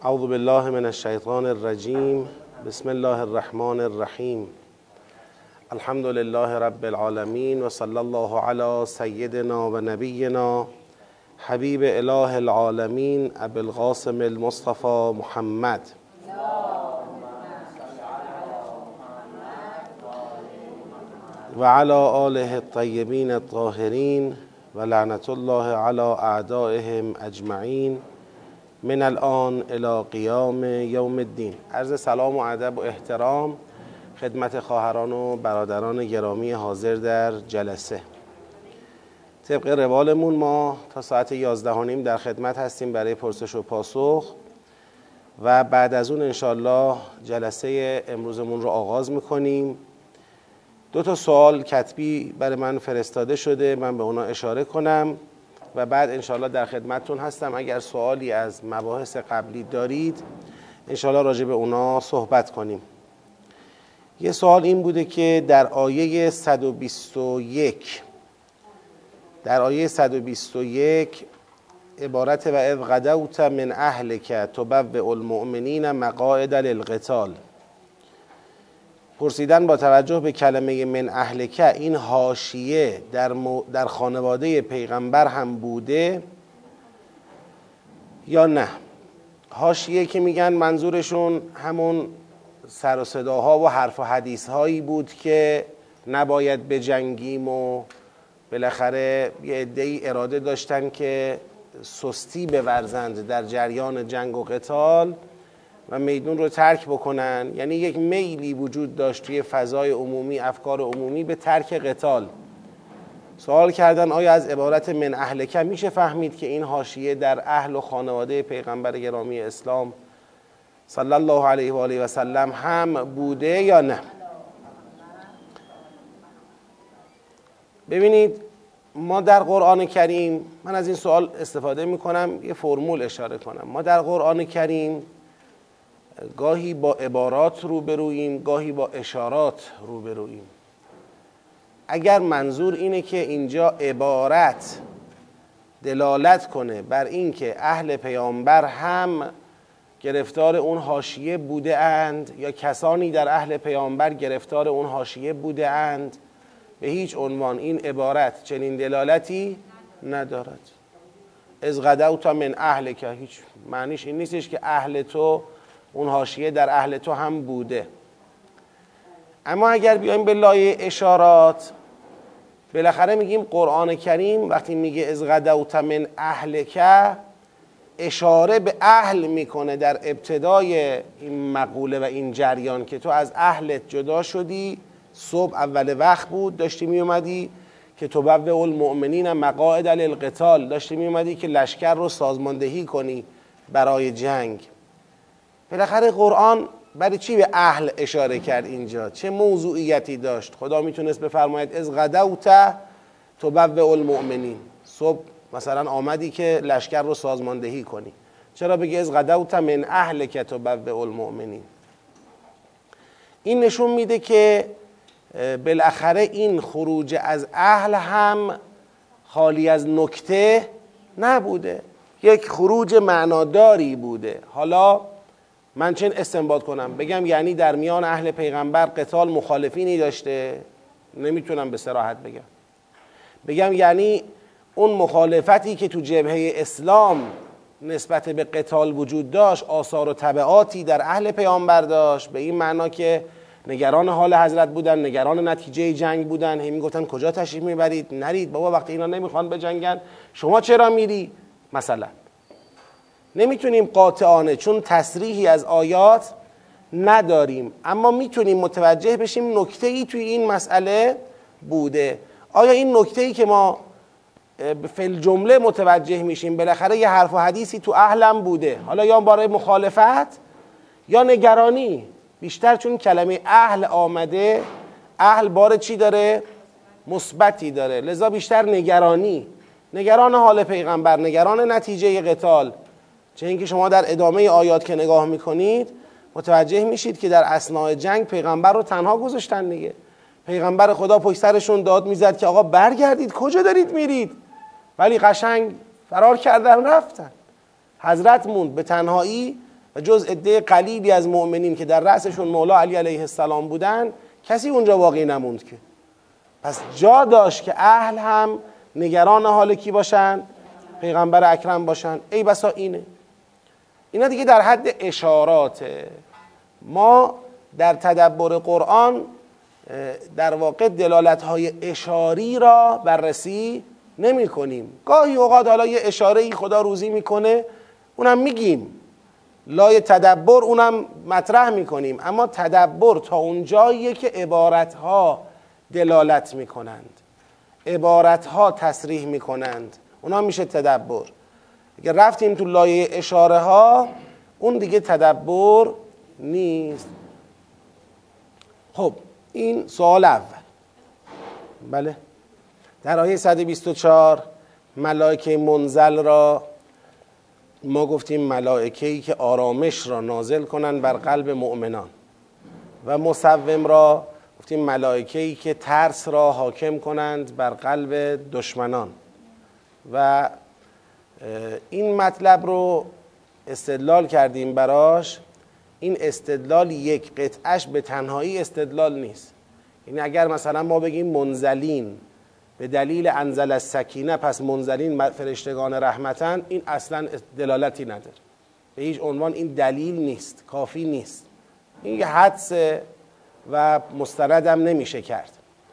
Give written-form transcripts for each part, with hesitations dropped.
اعوذ بالله من الشیطان الرجیم. بسم الله الرحمن الرحیم. الحمد لله رب العالمین و صلی الله علی سیدنا و نبینا حبیب اله العالمین ابی القاسم المصطفى محمد و علی آله الطیبین الطاهرین و لعنت الله علی اعدائهم اجمعین من الان الی قیام یوم الدین. عرض سلام و ادب و احترام خدمت خواهران و برادران گرامی حاضر در جلسه. طبق روالمون ما تا ساعت 11:30 در خدمت هستیم برای پرسش و پاسخ و بعد از اون انشالله جلسه امروزمون رو آغاز میکنیم. 2 سوال کتبی برای من فرستاده شده، من به اونا اشاره کنم و بعد انشالله در خدمتتون هستم. اگر سوالی از مباحث قبلی دارید انشالله راجع به اونا صحبت کنیم. یه سوال این بوده که در آیه 121 عبارت و اذ غدوت من اهلک تبوئ المؤمنین مقاعد للقتال، پرسیدن با توجه به کلمه من اهلک این حاشیه در خانواده پیغمبر هم بوده یا نه؟ حاشیه که میگن منظورشون همون سر و صداها و حرف و حدیث هایی بود که نباید بجنگیم و بالاخره یه عده‌ای اراده داشتن که سستی بورزند در جریان جنگ و قتال و میدون رو ترک بکنن. یعنی یک میلی وجود داشت توی فضای عمومی، افکار عمومی به ترک قتال. سوال کردن آیا از عبارت من اهلک میشه فهمید که این حاشیه در اهل و خانواده پیغمبر گرامی اسلام صلی الله علیه و آله و سلم هم بوده یا نه؟ ببینید ما در قرآن کریم، من از این سوال استفاده میکنم یه فرمول اشاره کنم. ما در قرآن کریم گاهی با عبارات روبرویم، گاهی با اشارات روبرویم. اگر منظور اینه که اینجا عبارت دلالت کنه بر این که اهل پیامبر هم گرفتار اون حاشیه بوده اند یا کسانی در اهل پیامبر گرفتار اون حاشیه بوده اند، به هیچ عنوان این عبارت چنین دلالتی ندارد. از غدوت من اهلک، هیچ معنیش این نیستش که اهل تو اون حاشیه در اهل تو هم بوده. اما اگر بیایم به لایه اشارات، بالاخره میگیم قرآن کریم وقتی میگه از غدوت من اهلک اشاره به اهل میکنه در ابتدای این مقوله و این جریان که تو از اهلت جدا شدی، صبح اول وقت بود داشتی میومدی که تبوئ المؤمنین مقاعد للقتال، داشتی میومدی که لشکر رو سازماندهی کنی برای جنگ. بالاخره قرآن برای چی به اهل اشاره کرد اینجا؟ چه موضوعیتی داشت؟ خدا میتونست بفرماید از غدوت تبوئ المؤمنین، صبح مثلا آمدی که لشکر رو سازماندهی کنی. چرا بگی از غدوت من اهلک تبوئ المؤمنین؟ این نشون میده که بالاخره این خروج از اهل هم خالی از نکته نبوده، یک خروج معناداری بوده. حالا من چه استنباط کنم؟ بگم یعنی در میان اهل پیغمبر قتال مخالفینی داشته؟ نمیتونم به صراحت بگم یعنی اون مخالفتی که تو جبهه اسلام نسبت به قتال وجود داشت آثار و تبعاتی در اهل پیامبر داشت، به این معنا که نگران حال حضرت بودن، نگران نتیجه جنگ بودن، همین گفتن کجا تشریف میبرید؟ نرید بابا، وقتی اینا نمیخوان بجنگن شما چرا میری؟ مثلا نمیتونیم قاطعانه، چون تصریحی از آیات نداریم، اما میتونیم متوجه بشیم نکته‌ای توی این مسئله بوده. آیا این نکته‌ای که ما فی الجمله متوجه میشیم بالاخره یه حرف و حدیثی تو اهلم بوده، حالا یا برای مخالفت یا نگرانی بیشتر، چون کلمه اهل آمده، اهل بار چی داره؟ مثبتی داره، لذا بیشتر نگران حال پیغمبر، نگران نتیجه قتال. چه اینکه شما در ادامه آیات که نگاه میکنید متوجه میشید که در اثناء جنگ پیغمبر رو تنها گذاشتن دیگه. پیغمبر خدا پشت سرشون داد میزد که آقا برگردید، کجا دارید میرید؟ ولی قشنگ فرار کردن رفتن. حضرت موند به تنهایی و جز عده قلیلی از مؤمنین که در رأسشون مولا علی علیه السلام بودن کسی اونجا باقی نموند که. پس جا داشت که اهل هم نگران حال کی باشن؟ پیغمبر اکرم باشن. ای بسا اینا دیگه در حد اشاراته. ما در تدبر قرآن در واقع دلالت‌های اشاری را بررسی نمی کنیم. گاهی اوقات حالا یه اشاره‌ای خدا روزی میکنه اونم میگیم، لای تدبر اونم مطرح میکنیم، اما تدبر تا اون جاییه که عبارتها دلالت میکنند، عبارتها تصریح میکنند، اونا میشه تدبر. اگر رفتیم تو لایه اشاره ها اون دیگه تدبر نیست. خب این سوال اول. بله، در آیه 124 ملائکه منزل را ما گفتیم ملائکه‌ای که آرامش را نازل کنند بر قلب مؤمنان، و مصوم را گفتیم ملائکه‌ای که ترس را حاکم کنند بر قلب دشمنان. و این مطلب رو استدلال کردیم براش. این استدلال یک قطعش به تنهایی استدلال نیست. یعنی اگر مثلا ما بگیم منزلین به دلیل انزل السکینه پس منزلین فرشتگان رحمتن، این اصلا دلالتی نداره، به هیچ عنوان این دلیل نیست، کافی نیست. این یه حدسه و مستندم نمیشه کرد.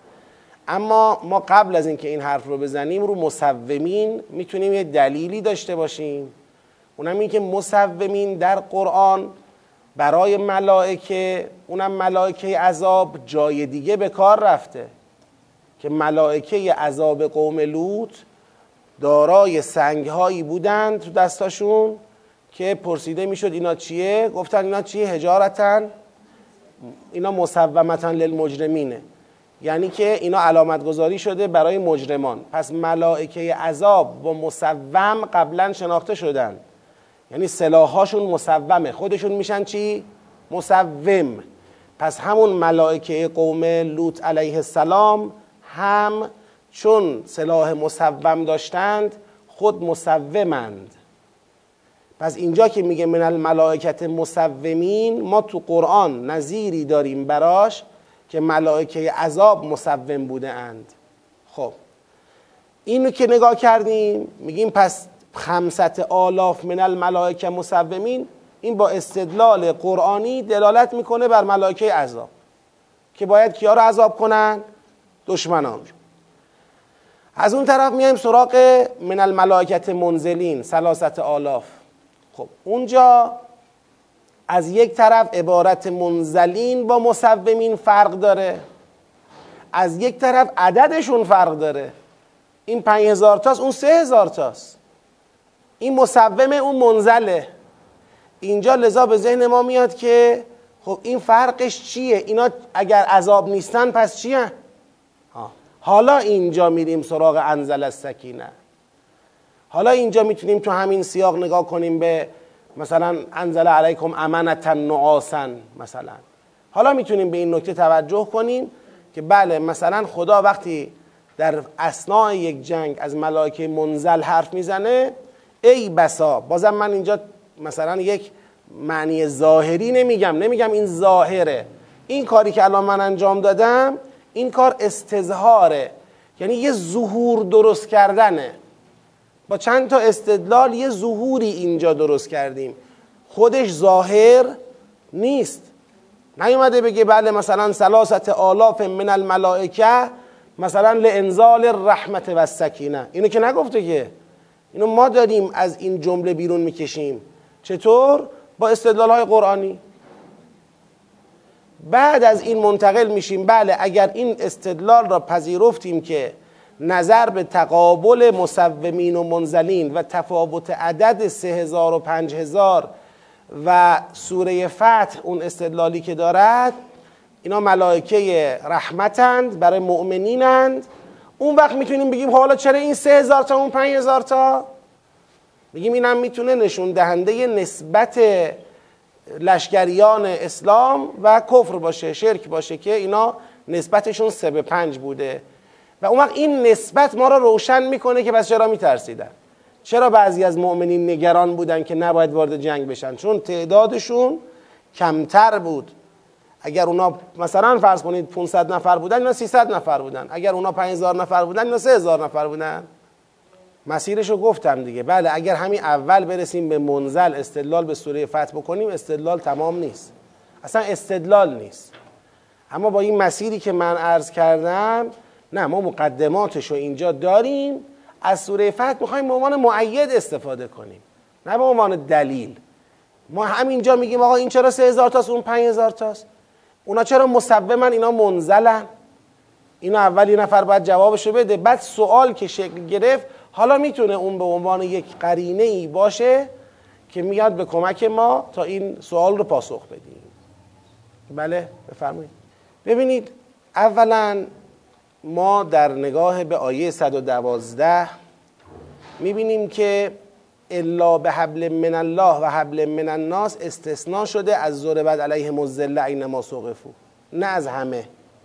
اما ما قبل از اینکه این حرف رو بزنیم رو مصومین میتونیم یه دلیلی داشته باشیم. اونم این که مصومین در قرآن برای ملائکه، اونم ملائکه عذاب، جای دیگه به کار رفته که ملائکه عذاب قوم لوط دارای سنگهایی بودند تو دستاشون که پرسیده میشد اینا چیه؟ گفتن اینا چیه؟ حجارتن، اینا مصومتن للمجرمینه، یعنی که اینا علامت گذاری شده برای مجرمان. پس ملائکه عذاب و مصوم قبلا شناخته شدن، یعنی سلاحاشون مصومه، خودشون میشن چی؟ مصوم. پس همون ملائکه قوم لوط علیه السلام هم چون سلاح مصوم داشتند خود مصومند. پس اینجا که میگه من الملائکت مصومین، ما تو قرآن نظیری داریم براش که ملائکه عذاب مصوم بوده اند. خب اینو که نگاه کردیم میگیم پس 500,000 من الملائکه مصومین، این با استدلال قرآنی دلالت میکنه بر ملائکه عذاب که باید کیا رو عذاب کنن؟ دشمنان رو. از اون طرف میایم سراغ من الملائکه منزلین 3,000. خب اونجا از یک طرف عبارت منزلین با مصومین فرق داره، از یک طرف عددشون فرق داره. این 5,000 تاست، اون 3,000 تاست. این مصومه، اون منزله. اینجا لذا به ذهن ما میاد که خب این فرقش چیه؟ اینا اگر عذاب نیستن پس چیه؟ حالا اینجا میریم سراغ انزل السکینه. حالا اینجا میتونیم تو همین سیاق نگاه کنیم به مثلا انزل علیکم امنة نعاسا مثلا. حالا میتونیم به این نکته توجه کنیم که بله مثلا خدا وقتی در اثناء یک جنگ از ملائکه منزل حرف میزنه، ای بسا، بازم من اینجا مثلا یک معنی ظاهری نمیگم این ظاهره، این کاری که الان من انجام دادم این کار استظهاره، یعنی یه ظهور درست کردنه. با چند تا استدلال یه ظهوری اینجا درست کردیم، خودش ظاهر نیست. نیومده بگه بله مثلا 3,000 من الملائکه مثلا لانزال الرحمت و السکینه، اینو که نگفته که. اینو ما داریم از این جمله بیرون میکشیم. چطور؟ با استدلال های قرآنی. بعد از این منتقل میشیم بله اگر این استدلال را پذیرفتیم که نظر به تقابل مصومین و منزلین و تفاوت عدد 3,000 و 5,000 و سوره فتح اون استدلالی که دارد، اینا ملائکه رحمتند، برای مؤمنینند، اون وقت میتونیم بگیم حالا چرا این 3,000 تا اون 5,000 تا؟ بگیم اینم میتونه نشون دهنده نسبت لشکریان اسلام و کفر باشه، شرک باشه، که اینا نسبتشون 3:5 بوده و اون وقت این نسبت ما رو روشن میکنه که بس چرا میترسیدن. چرا بعضی از مؤمنین نگران بودن که نباید وارد جنگ بشن؟ چون تعدادشون کمتر بود. اگر اونا مثلا فرض کنید 500 نفر بودن، اینا 300 نفر بودن. اگر اونا 5000 نفر بودن، اینا 3000 نفر بودن. مسیرشو گفتم دیگه. بله اگر همین اول برسیم به منزل استدلال به سوره فتح بکنیم، استدلال تمام نیست، اصلا استدلال نیست. اما با این مسیری که من عرض کردم، نه ما مقدماتشو اینجا داریم، از سوره فتح میخوایم به عنوان مؤید استفاده کنیم، نه به عنوان دلیل. ما همینجا میگیم آقا این چرا 3000 تاست اون 5000 تاست، اونا چرا مسببن اینا منزلن. اینا اول یه نفر باید جوابشو بده، بعد سوال که شکل گرفت حالا میتونه اون به عنوان یک قرینه ای باشه که میاد به کمک ما تا این سوال رو پاسخ بدیم. بله بفرمایید. ببینید اولا ما در نگاه به آیه 112 میبینیم که الا به حبل من الله و حبل من الناس استثناء شده از ضربت علیهم الذله اینما ثقفوا، نه از همه.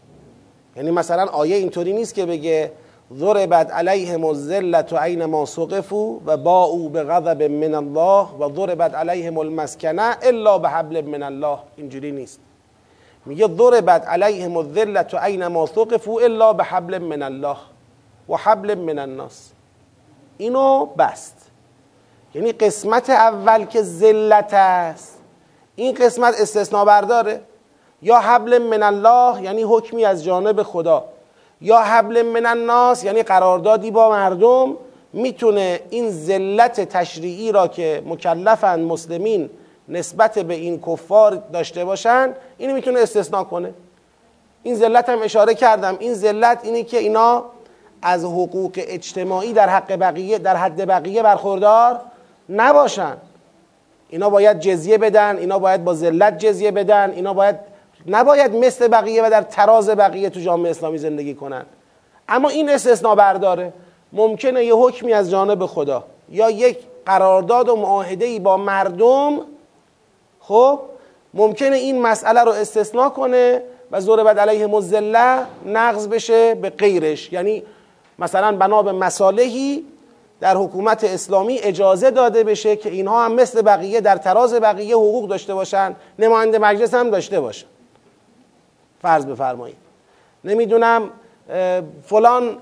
یعنی مثلا آیه اینطوری نیست که بگه ضربت علیهم الذله اینما ثقفوا و باءوا بغضب من الله و ضربت علیهم المسکنه الا به حبل من الله. اینجوری نیست. میگه ضربت علیهم الذله اینما ثقفوا الا به حبل من الله و حبل من الناس. اینو بست. یعنی قسمت اول که ذلت است، این قسمت استثناء برداره. یا حبل من الله یعنی حکمی از جانب خدا، یا حبل من الناس یعنی قراردادی با مردم. میتونه این ذلت تشریعی را که مکلفن مسلمین نسبت به این کفار داشته باشن، اینو میتونه استثناء کنه. این ذلت هم اشاره کردم، این ذلت اینه که اینا از حقوق اجتماعی در حق بقیه، در حد بقیه برخوردار نباشن. اینا باید جزیه بدن، اینا باید با ذلت جزیه بدن، اینا نباید مثل بقیه و در تراز بقیه تو جامعه اسلامی زندگی کنن. اما این استثناء برداره. ممکنه یه حکمی از جانب خدا یا یک قرارداد و معاهده‌ای با مردم، خب ممکنه این مسئله رو استثناء کنه و ضربت علیهم الذله نقض بشه به غیرش. یعنی مثلا بنا به مصالحی در حکومت اسلامی اجازه داده بشه که اینها هم مثل بقیه در تراز بقیه حقوق داشته باشن، نماینده مجلس هم داشته باشن. فرض بفرمایید نمیدونم فلان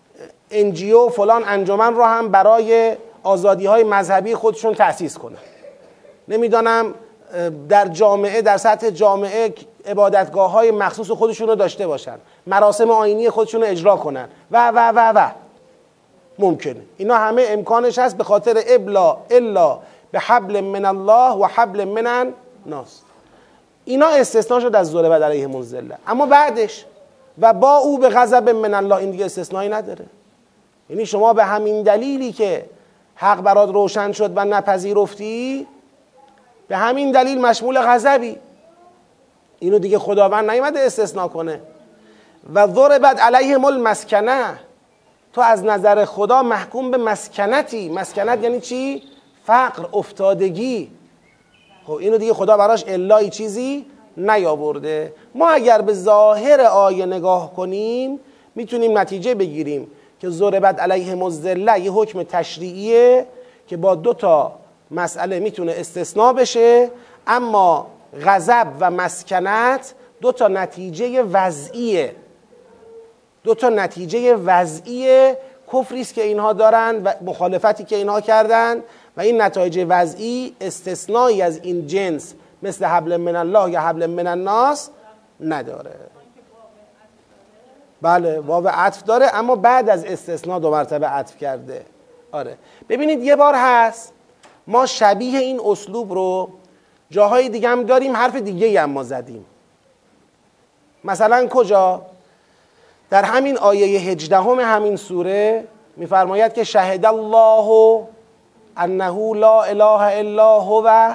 NGO فلان انجمن رو هم برای آزادی های مذهبی خودشون تأسیس کنن. نمیدونم در جامعه، در سطح جامعه عبادتگاه های مخصوص خودشون رو داشته باشن، مراسم آیینی خودشون رو اجرا کنن و و و و ممکنه. اینا همه امکانش هست به خاطر الا به حبل من الله و حبل من الناس. اینا استثناء شد از ضربت علیهم الذله. اما بعدش و با او به غضب من الله، این دیگه استثنایی نداره. یعنی شما به همین دلیلی که حق برات روشن شد و نپذیرفتی، به همین دلیل مشمول غضبی. اینو دیگه خداوند نیامده استثناء کنه. و ضربت علیهم المسکنه، تو از نظر خدا محکوم به مسکنتی. مسکنت یعنی چی؟ فقر، افتادگی. خب اینو دیگه خدا براش الایی چیزی نیاورده. ما اگر به ظاهر آیه نگاه کنیم میتونیم نتیجه بگیریم که ضربت علیهم الذله یه حکم تشریعیه که با دو تا مسئله میتونه استثناء بشه، اما غضب و مسکنت دو تا نتیجه وضعیه. دو تا نتیجه وضعی کفری است که اینها دارن و مخالفتی که اینها کردن، و این نتایج وضعی استثنایی از این جنس مثل حبل من الله یا حبل من الناس نداره. بله واو عطف داره، اما بعد از استثناء دو مرتبه عطف کرده. آره ببینید یه بار هست ما شبیه این اسلوب رو جاهای دیگه هم داریم، حرف دیگه هم ما زدیم. مثلا کجا؟ در همین آیه 18 همین سوره میفرماید که شهد الله انه لا اله الا هو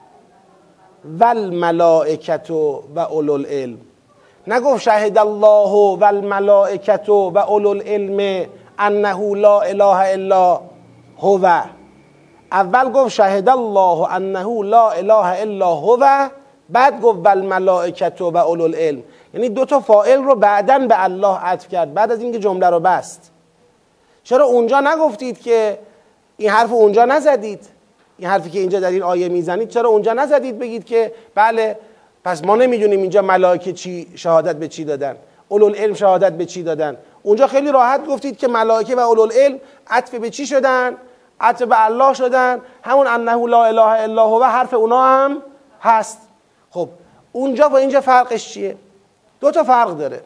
والملائکة و اولو العلم. نگفت شهد الله والملائکة و اولو العلم انه لا اله الا هو. اول گفت شهد الله انه لا اله الا هو، بعد گفت والملائکة و اولو العلم. یعنی دو تا فاعل رو بعداً به الله عطف کرد بعد از اینکه جمله رو بست. چرا اونجا نگفتید که این حرف اونجا نزدید، این حرفی که اینجا در این آیه میزنید چرا اونجا نزدید بگید که بله پس ما نمیدونیم اینجا ملائکه چی شهادت به چی دادن، اولوالعلم شهادت به چی دادن. اونجا خیلی راحت گفتید که ملائکه و اولوالعلم عطف به چی شدن؟ عطف به الله شدن، همون انه لا اله الا هو حرف اونا هم هست. خب اونجا و اینجا فرقش چیه؟ دو تا فرق داره.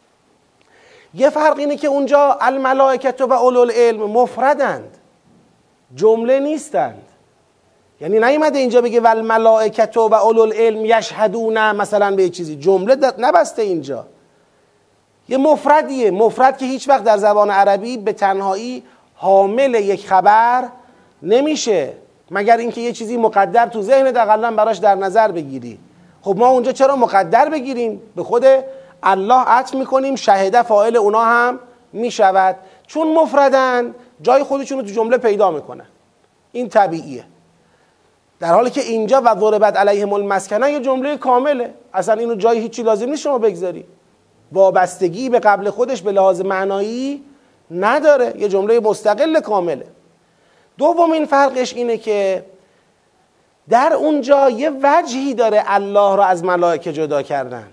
یه فرق اینه که اونجا الملائکه و اولوالعلم مفردند، جمله نیستند. یعنی نیومده اینجا بگه والملائکه و اولوالعلم یشهدون مثلا به یه چیزی، جمله نبسته اینجا، یه مفردیه. مفرد که هیچ وقت در زبان عربی به تنهایی حامل یک خبر نمیشه، مگر اینکه یه چیزی مقدر تو ذهن اقلا براش در نظر بگیری. خب ما اونجا چرا مقدر بگیریم؟ به خود الله عطف میکنیم، شهده فاعل اونا هم میشود، چون مفردن جای خودشون رو تو جمله پیدا میکنن، این طبیعیه. در حالی که اینجا و ضربت علیهم المسکنه یه جمله کامله، اصلا اینو جای هیچی لازم نیست شما بگذاری، وابستگی به قبل خودش به لحاظ معنایی نداره، یه جمله مستقل کامله. دومین فرقش اینه که در اونجا یه وجهی داره الله را از ملائکه جدا کردن.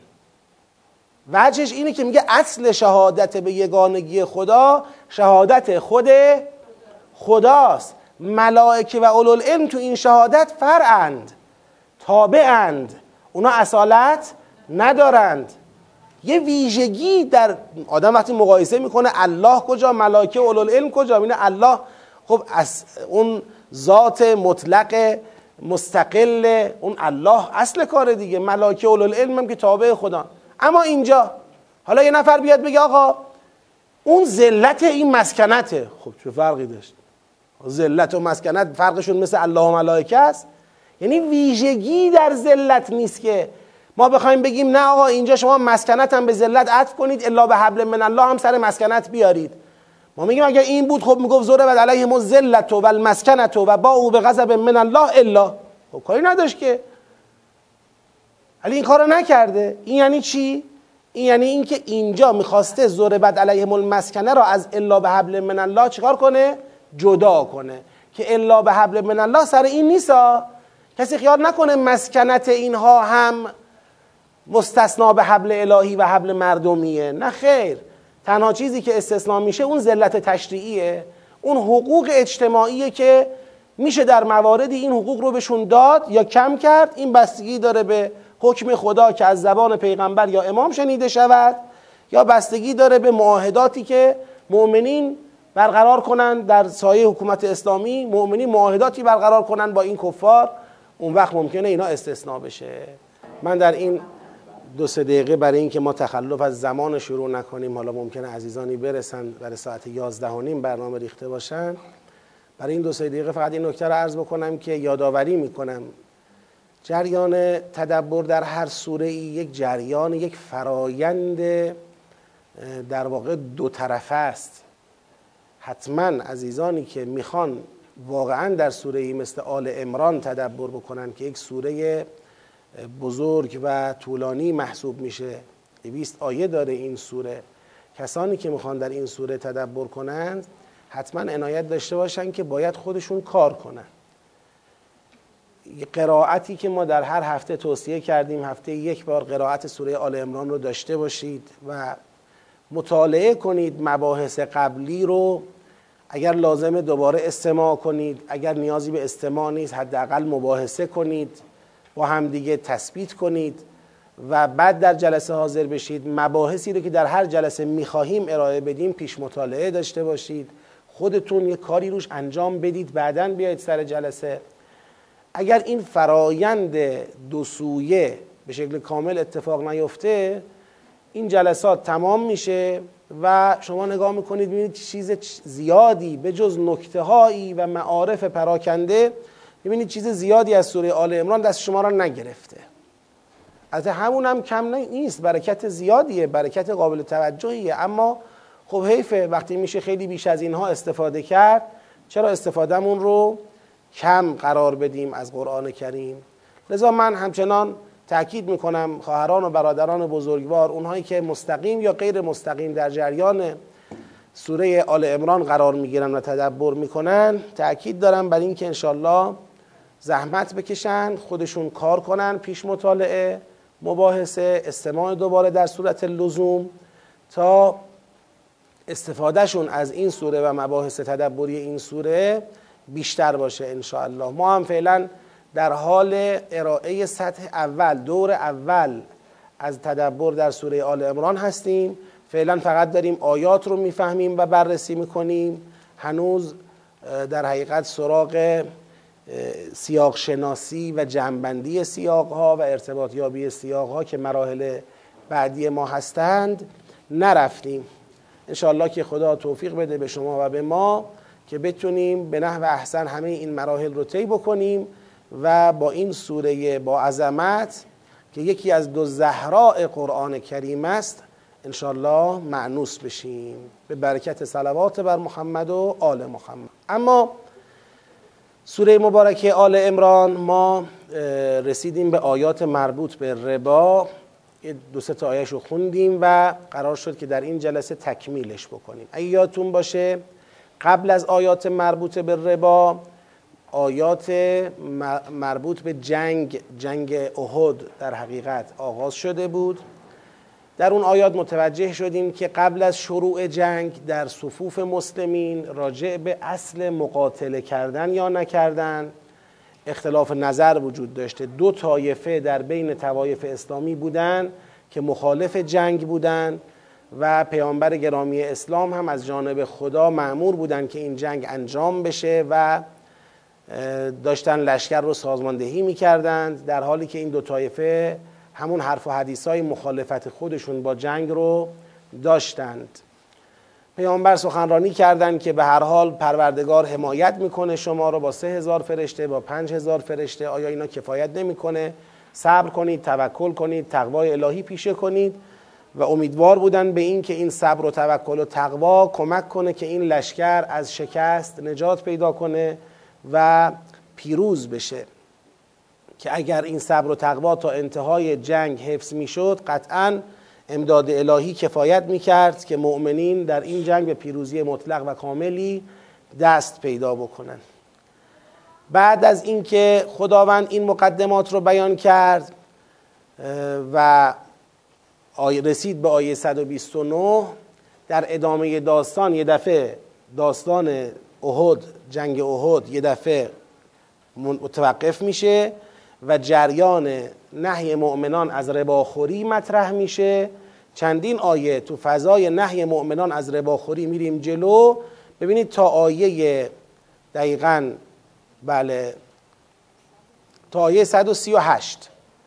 وجهش اینه که میگه اصل شهادت به یگانگی خدا شهادت خود خداست. ملائکه و اولوالعلم تو این شهادت فرعند، تابعند، اونا اصالت ندارند. یه ویژگی در آدم وقتی مقایسه میکنه الله کجا ملائکه و اولوالعلم کجا، میبینه الله خب از اون ذات مطلق مستقل اون الله اصل کار دیگه، ملائکه و اولوالعلم هم که تابع خدا. اما اینجا حالا یه نفر بیاد بگه آقا اون ذلت این مسکنته، خب چه فرقی داشت؟ ذلت و مسکنت فرقشون مثل الله و ملائکه است؟ یعنی ویژگی در ذلت نیست که ما بخوایم بگیم نه آقا اینجا شما مسکنت هم به ذلت عطف کنید الا به حبل من الله هم سر مسکنت بیارید. ما میگیم اگر این بود خب میگفت ضربت علیهم الذلة و المسکنة و باءوا بغضب من الله الا، خب کاری نداشت که، ولی این کارو نکرده. این یعنی چی؟ این یعنی اینکه اینجا میخواسته ضربت علیهم المسکنه را از الا به حبل من الله چیکار کنه؟ جدا کنه، که الا به حبل من الله سر این نیستا. کسی خیال نکنه مسکنت اینها هم مستثنا به حبل الهی و حبل مردمیه، نه خیر. تنها چیزی که استثنا میشه اون ذلت تشریعیه، اون حقوق اجتماعیه که میشه در مواردی این حقوق رو بهشون داد یا کم کرد. این بستگی داره به حکم خدا که از زبان پیغمبر یا امام شنیده شود، یا بستگی داره به معاهداتی که مؤمنین برقرار کنن در سایه حکومت اسلامی، مؤمنین معاهداتی برقرار کنن با این کفار، اون وقت ممکنه اینا استثناء بشه. من در این 2-3 دقیقه برای اینکه ما تخلف از زمان شروع نکنیم، حالا ممکنه عزیزانی برسن برای ساعت 11:30 برنامه ریخته باشن، برای این 2-3 دقیقه فقط این نکته رو عرض بکنم که یادآوری میکنم جریان تدبر در هر سوره ای یک جریان، یک فرایند در واقع دو طرفه است. حتما عزیزانی که میخوان واقعا در سوره ای مثل آل عمران تدبر بکنن که یک سوره بزرگ و طولانی محسوب میشه، 200 آیه داره این سوره، کسانی که میخوان در این سوره تدبر کنند حتما عنایت داشته باشن که باید خودشون کار کنن. قرائتی که ما در هر هفته توصیه کردیم، هفته یک بار قرائت سوره آل عمران رو داشته باشید و مطالعه کنید مباحث قبلی رو، اگر لازمه دوباره استماع کنید، اگر نیازی به استماع نیست حداقل مباحثه کنید، با هم دیگه تثبیت کنید و بعد در جلسه حاضر بشید. مباحثی رو که در هر جلسه میخواهیم ارائه بدیم پیش مطالعه داشته باشید، خودتون یه کاری روش انجام بدید، بعداً بیایید سر جلسه. اگر این فرایند دو سویه به شکل کامل اتفاق نیفته، این جلسات تمام میشه و شما نگاه میکنید میبینید چیز زیادی به جز نکته هایی و معارف پراکنده، میبینید چیز زیادی از سوره آل عمران دست شما را نگرفته. از همون هم کم نیست، برکت زیادیه، برکت قابل توجهیه، اما خب حیفه وقتی میشه خیلی بیش از اینها استفاده کرد، چرا استفادهمون رو کم قرار بدیم از قرآن کریم. لذا من همچنان تأکید میکنم خواهران و برادران بزرگوار، اونهایی که مستقیم یا غیر مستقیم در جریان سوره آل عمران قرار میگیرن و تدبر میکنن، تأکید دارم بر این که انشالله زحمت بکشن، خودشون کار کنن، پیش مطالعه، مباحثه، استماع دوباره در صورت لزوم، تا استفادهشون از این سوره و مباحث تدبری این سوره بیشتر باشه انشاءالله. ما هم فعلا در حال ارائه سطح اول، دور اول از تدبر در سوره آل عمران هستیم. فعلا فقط داریم آیات رو میفهمیم و بررسی میکنیم. هنوز در حقیقت سراغ سیاق شناسی و جمع‌بندی سیاق ها و ارتباط یابی سیاق ها که مراحل بعدی ما هستند نرفتیم. انشاءالله که خدا توفیق بده به شما و به ما که بتونیم به نحو احسن همه این مراحل رو طی بکنیم و با این سوره با عظمت که یکی از دو زهراء قرآن کریم است انشاءالله مأنوس بشیم به برکت صلوات بر محمد و آل محمد. اما سوره مبارکه آل عمران ما رسیدیم به آیات مربوط به ربا، دو سه تا آیه‌شو خوندیم و قرار شد که در این جلسه تکمیلش بکنیم. اگه یادتون باشه قبل از آیات مربوط به ربا آیات مربوط به جنگ احد در حقیقت آغاز شده بود. در اون آیات متوجه شدیم که قبل از شروع جنگ در صفوف مسلمین راجع به اصل مقاتله کردن یا نکردن اختلاف نظر وجود داشته. دو طایفه در بین طوایف اسلامی بودن که مخالف جنگ بودن و پیامبر گرامی اسلام هم از جانب خدا مأمور بودن که این جنگ انجام بشه و داشتن لشکر رو سازماندهی می‌کردند، در حالی که این دو طایفه همون حرف و حدیث‌های مخالفت خودشون با جنگ رو داشتند. پیامبر سخنرانی کردند که به هر حال پروردگار حمایت میکنه شما رو با 3000 فرشته، با 5000 فرشته، آیا اینا کفایت نمیکنه؟ صبر کنید، توکل کنید، تقوای الهی پیشه کنید و امیدوار بودن به این که این صبر و توکل و تقوا کمک کنه که این لشکر از شکست نجات پیدا کنه و پیروز بشه، که اگر این صبر و تقوا تا انتهای جنگ حفظ میشد قطعاً امداد الهی کفایت میکرد که مؤمنین در این جنگ به پیروزی مطلق و کاملی دست پیدا بکنن. بعد از اینکه خداوند این مقدمات رو بیان کرد و رسید به آیه 129، در ادامه داستان یه دفعه داستان احد، جنگ احد یه دفعه متوقف میشه و جریان نهی مؤمنان از رباخوری مطرح میشه. چندین آیه تو فضای نهی مؤمنان از رباخوری میریم جلو. ببینید تا آیه دقیقاً تا آیه 138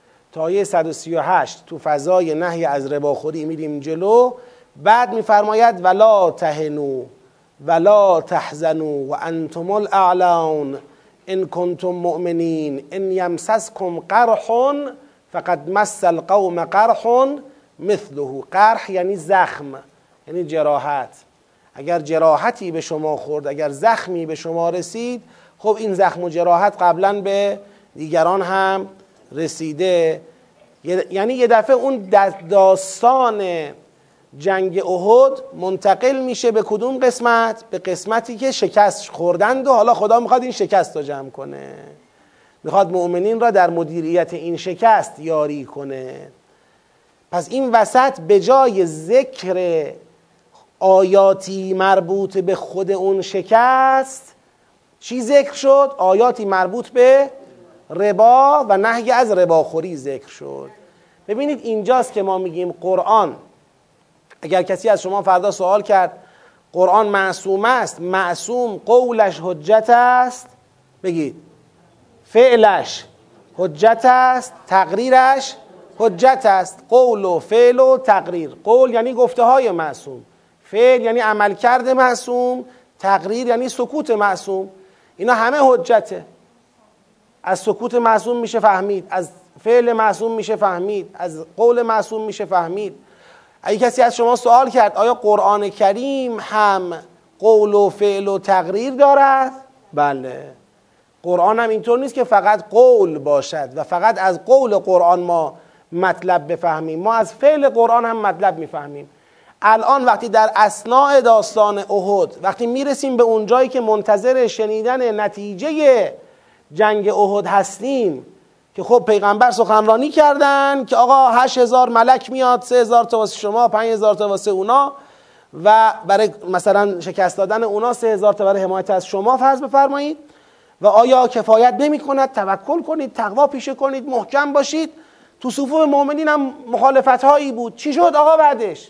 تو فضای نهی از رباخوری میریم جلو. بعد میفرماید ولا تهنوا ولا تحزنوا وانتم الاعلون ان کنتم مؤمنین ان یمسسکم قرح فقد مس القوم قرح مثله. قرح یعنی زخم، یعنی جراحت. اگر جراحتی به شما خورد، اگر زخمی به شما رسید، خب این زخم و جراحت قبلا به دیگران هم رسیده. یعنی یه دفعه اون داستان جنگ احد منتقل میشه به کدوم قسمت؟ به قسمتی که شکست خوردند و حالا خدا میخواد این شکست رو جمع کنه، میخواد مؤمنین را در مدیریت این شکست یاری کنه. پس این وسط به جای ذکر آیاتی مربوط به خود اون شکست چی ذکر شد؟ آیاتی مربوط به ربا و نهی از رباخوری ذکر شد. ببینید اینجاست که ما میگیم قرآن، اگر کسی از شما فردا سوال کرد قرآن معصوم است، معصوم قولش حجت است، بگید فعلش حجت است، تقریرش حجت است. قول و فعل و تقریر. قول یعنی گفته های معصوم، فعل یعنی عملکرد معصوم، تقریر یعنی سکوت معصوم. اینا همه حجته. از سکوت معصوم میشه فهمید، از فعل معصوم میشه فهمید، از قول معصوم میشه فهمید. اگه کسی از شما سوال کرد آیا قرآن کریم هم قول و فعل و تقریر دارد؟ بله. قرآن هم اینطور نیست که فقط قول باشد و فقط از قول قرآن ما مطلب بفهمیم، ما از فعل قرآن هم مطلب میفهمیم. الان وقتی در اثناء داستان احد، وقتی میرسیم به اون جایی که منتظر شنیدن نتیجه جنگ احد هستیم، که خب پیغمبر سخنرانی کردن که آقا 8000 ملک میاد، 3000 تا واسه شما، 5000 تا واسه اونا، و برای مثلا شکست دادن اونا 3000 تا برای حمایت از شما فرض بفرمایید، و آیا کفایت نمی کند؟ توکل کنید، تقوا پیشه کنید، محکم باشید. تو صفوف مؤمنین هم مخالفت هایی بود. چی شد آقا بعدش؟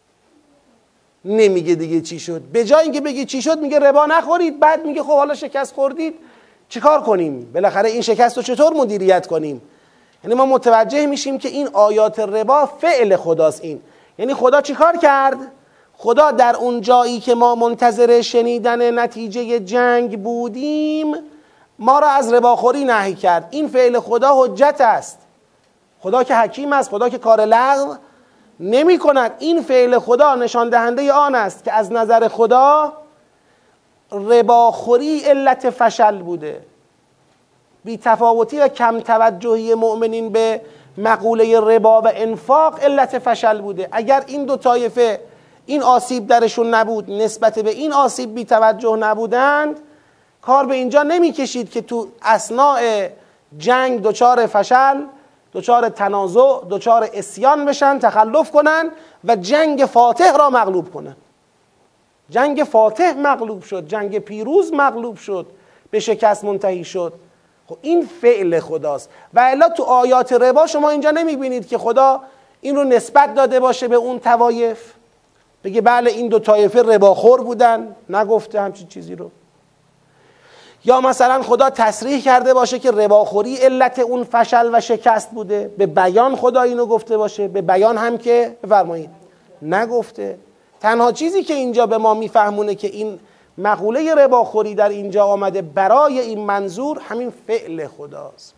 نمیگه دیگه چی شد. به جای اینکه بگه چی شد میگه ربا نخورید، بعد میگه خب حالا شکست خوردید چیکار کنیم؟ بالاخره این شکست رو چطور مدیریت کنیم؟ یعنی ما متوجه میشیم که این آیات ربا فعل خداست. این یعنی خدا چیکار کرد؟ خدا در اون جایی که ما منتظر شنیدن نتیجه جنگ بودیم ما را از رباخوری نهی کرد. این فعل خدا حجت است. خدا که حکیم است، خدا که کار لغو نمی کند. این فعل خدا نشان دهنده آن است که از نظر خدا رباخوری علت فشل بوده. بی تفاوتی و کم توجهی مؤمنین به مقوله ربا و انفاق علت فشل بوده. اگر این دو طایفه این آسیب درشون نبود، نسبت به این آسیب بی توجه نبودند، کار به اینجا نمی کشید که تو اثناء جنگ دچار فشل، دچار تنازع، دچار عصیان بشن، تخلف کنن و جنگ فاتح را مغلوب کنن. جنگ فاتح مغلوب شد، جنگ پیروز مغلوب شد، به شکست منتهی شد. خب این فعل خداست. و الا تو آیات ربا شما اینجا نمیبینید که خدا این رو نسبت داده باشه به اون طوایف، بگه بله این دو طایفه رباخور بودن، نگفته همچین چیزی رو. یا مثلا خدا تصریح کرده باشه که رباخوری علت اون فشل و شکست بوده، به بیان خدا اینو گفته باشه، به بیان هم که بفرمایید نگفته. تنها چیزی که اینجا به ما میفهمونه که این مقوله رباخوری در اینجا آمده برای این منظور، همین فعل خداست.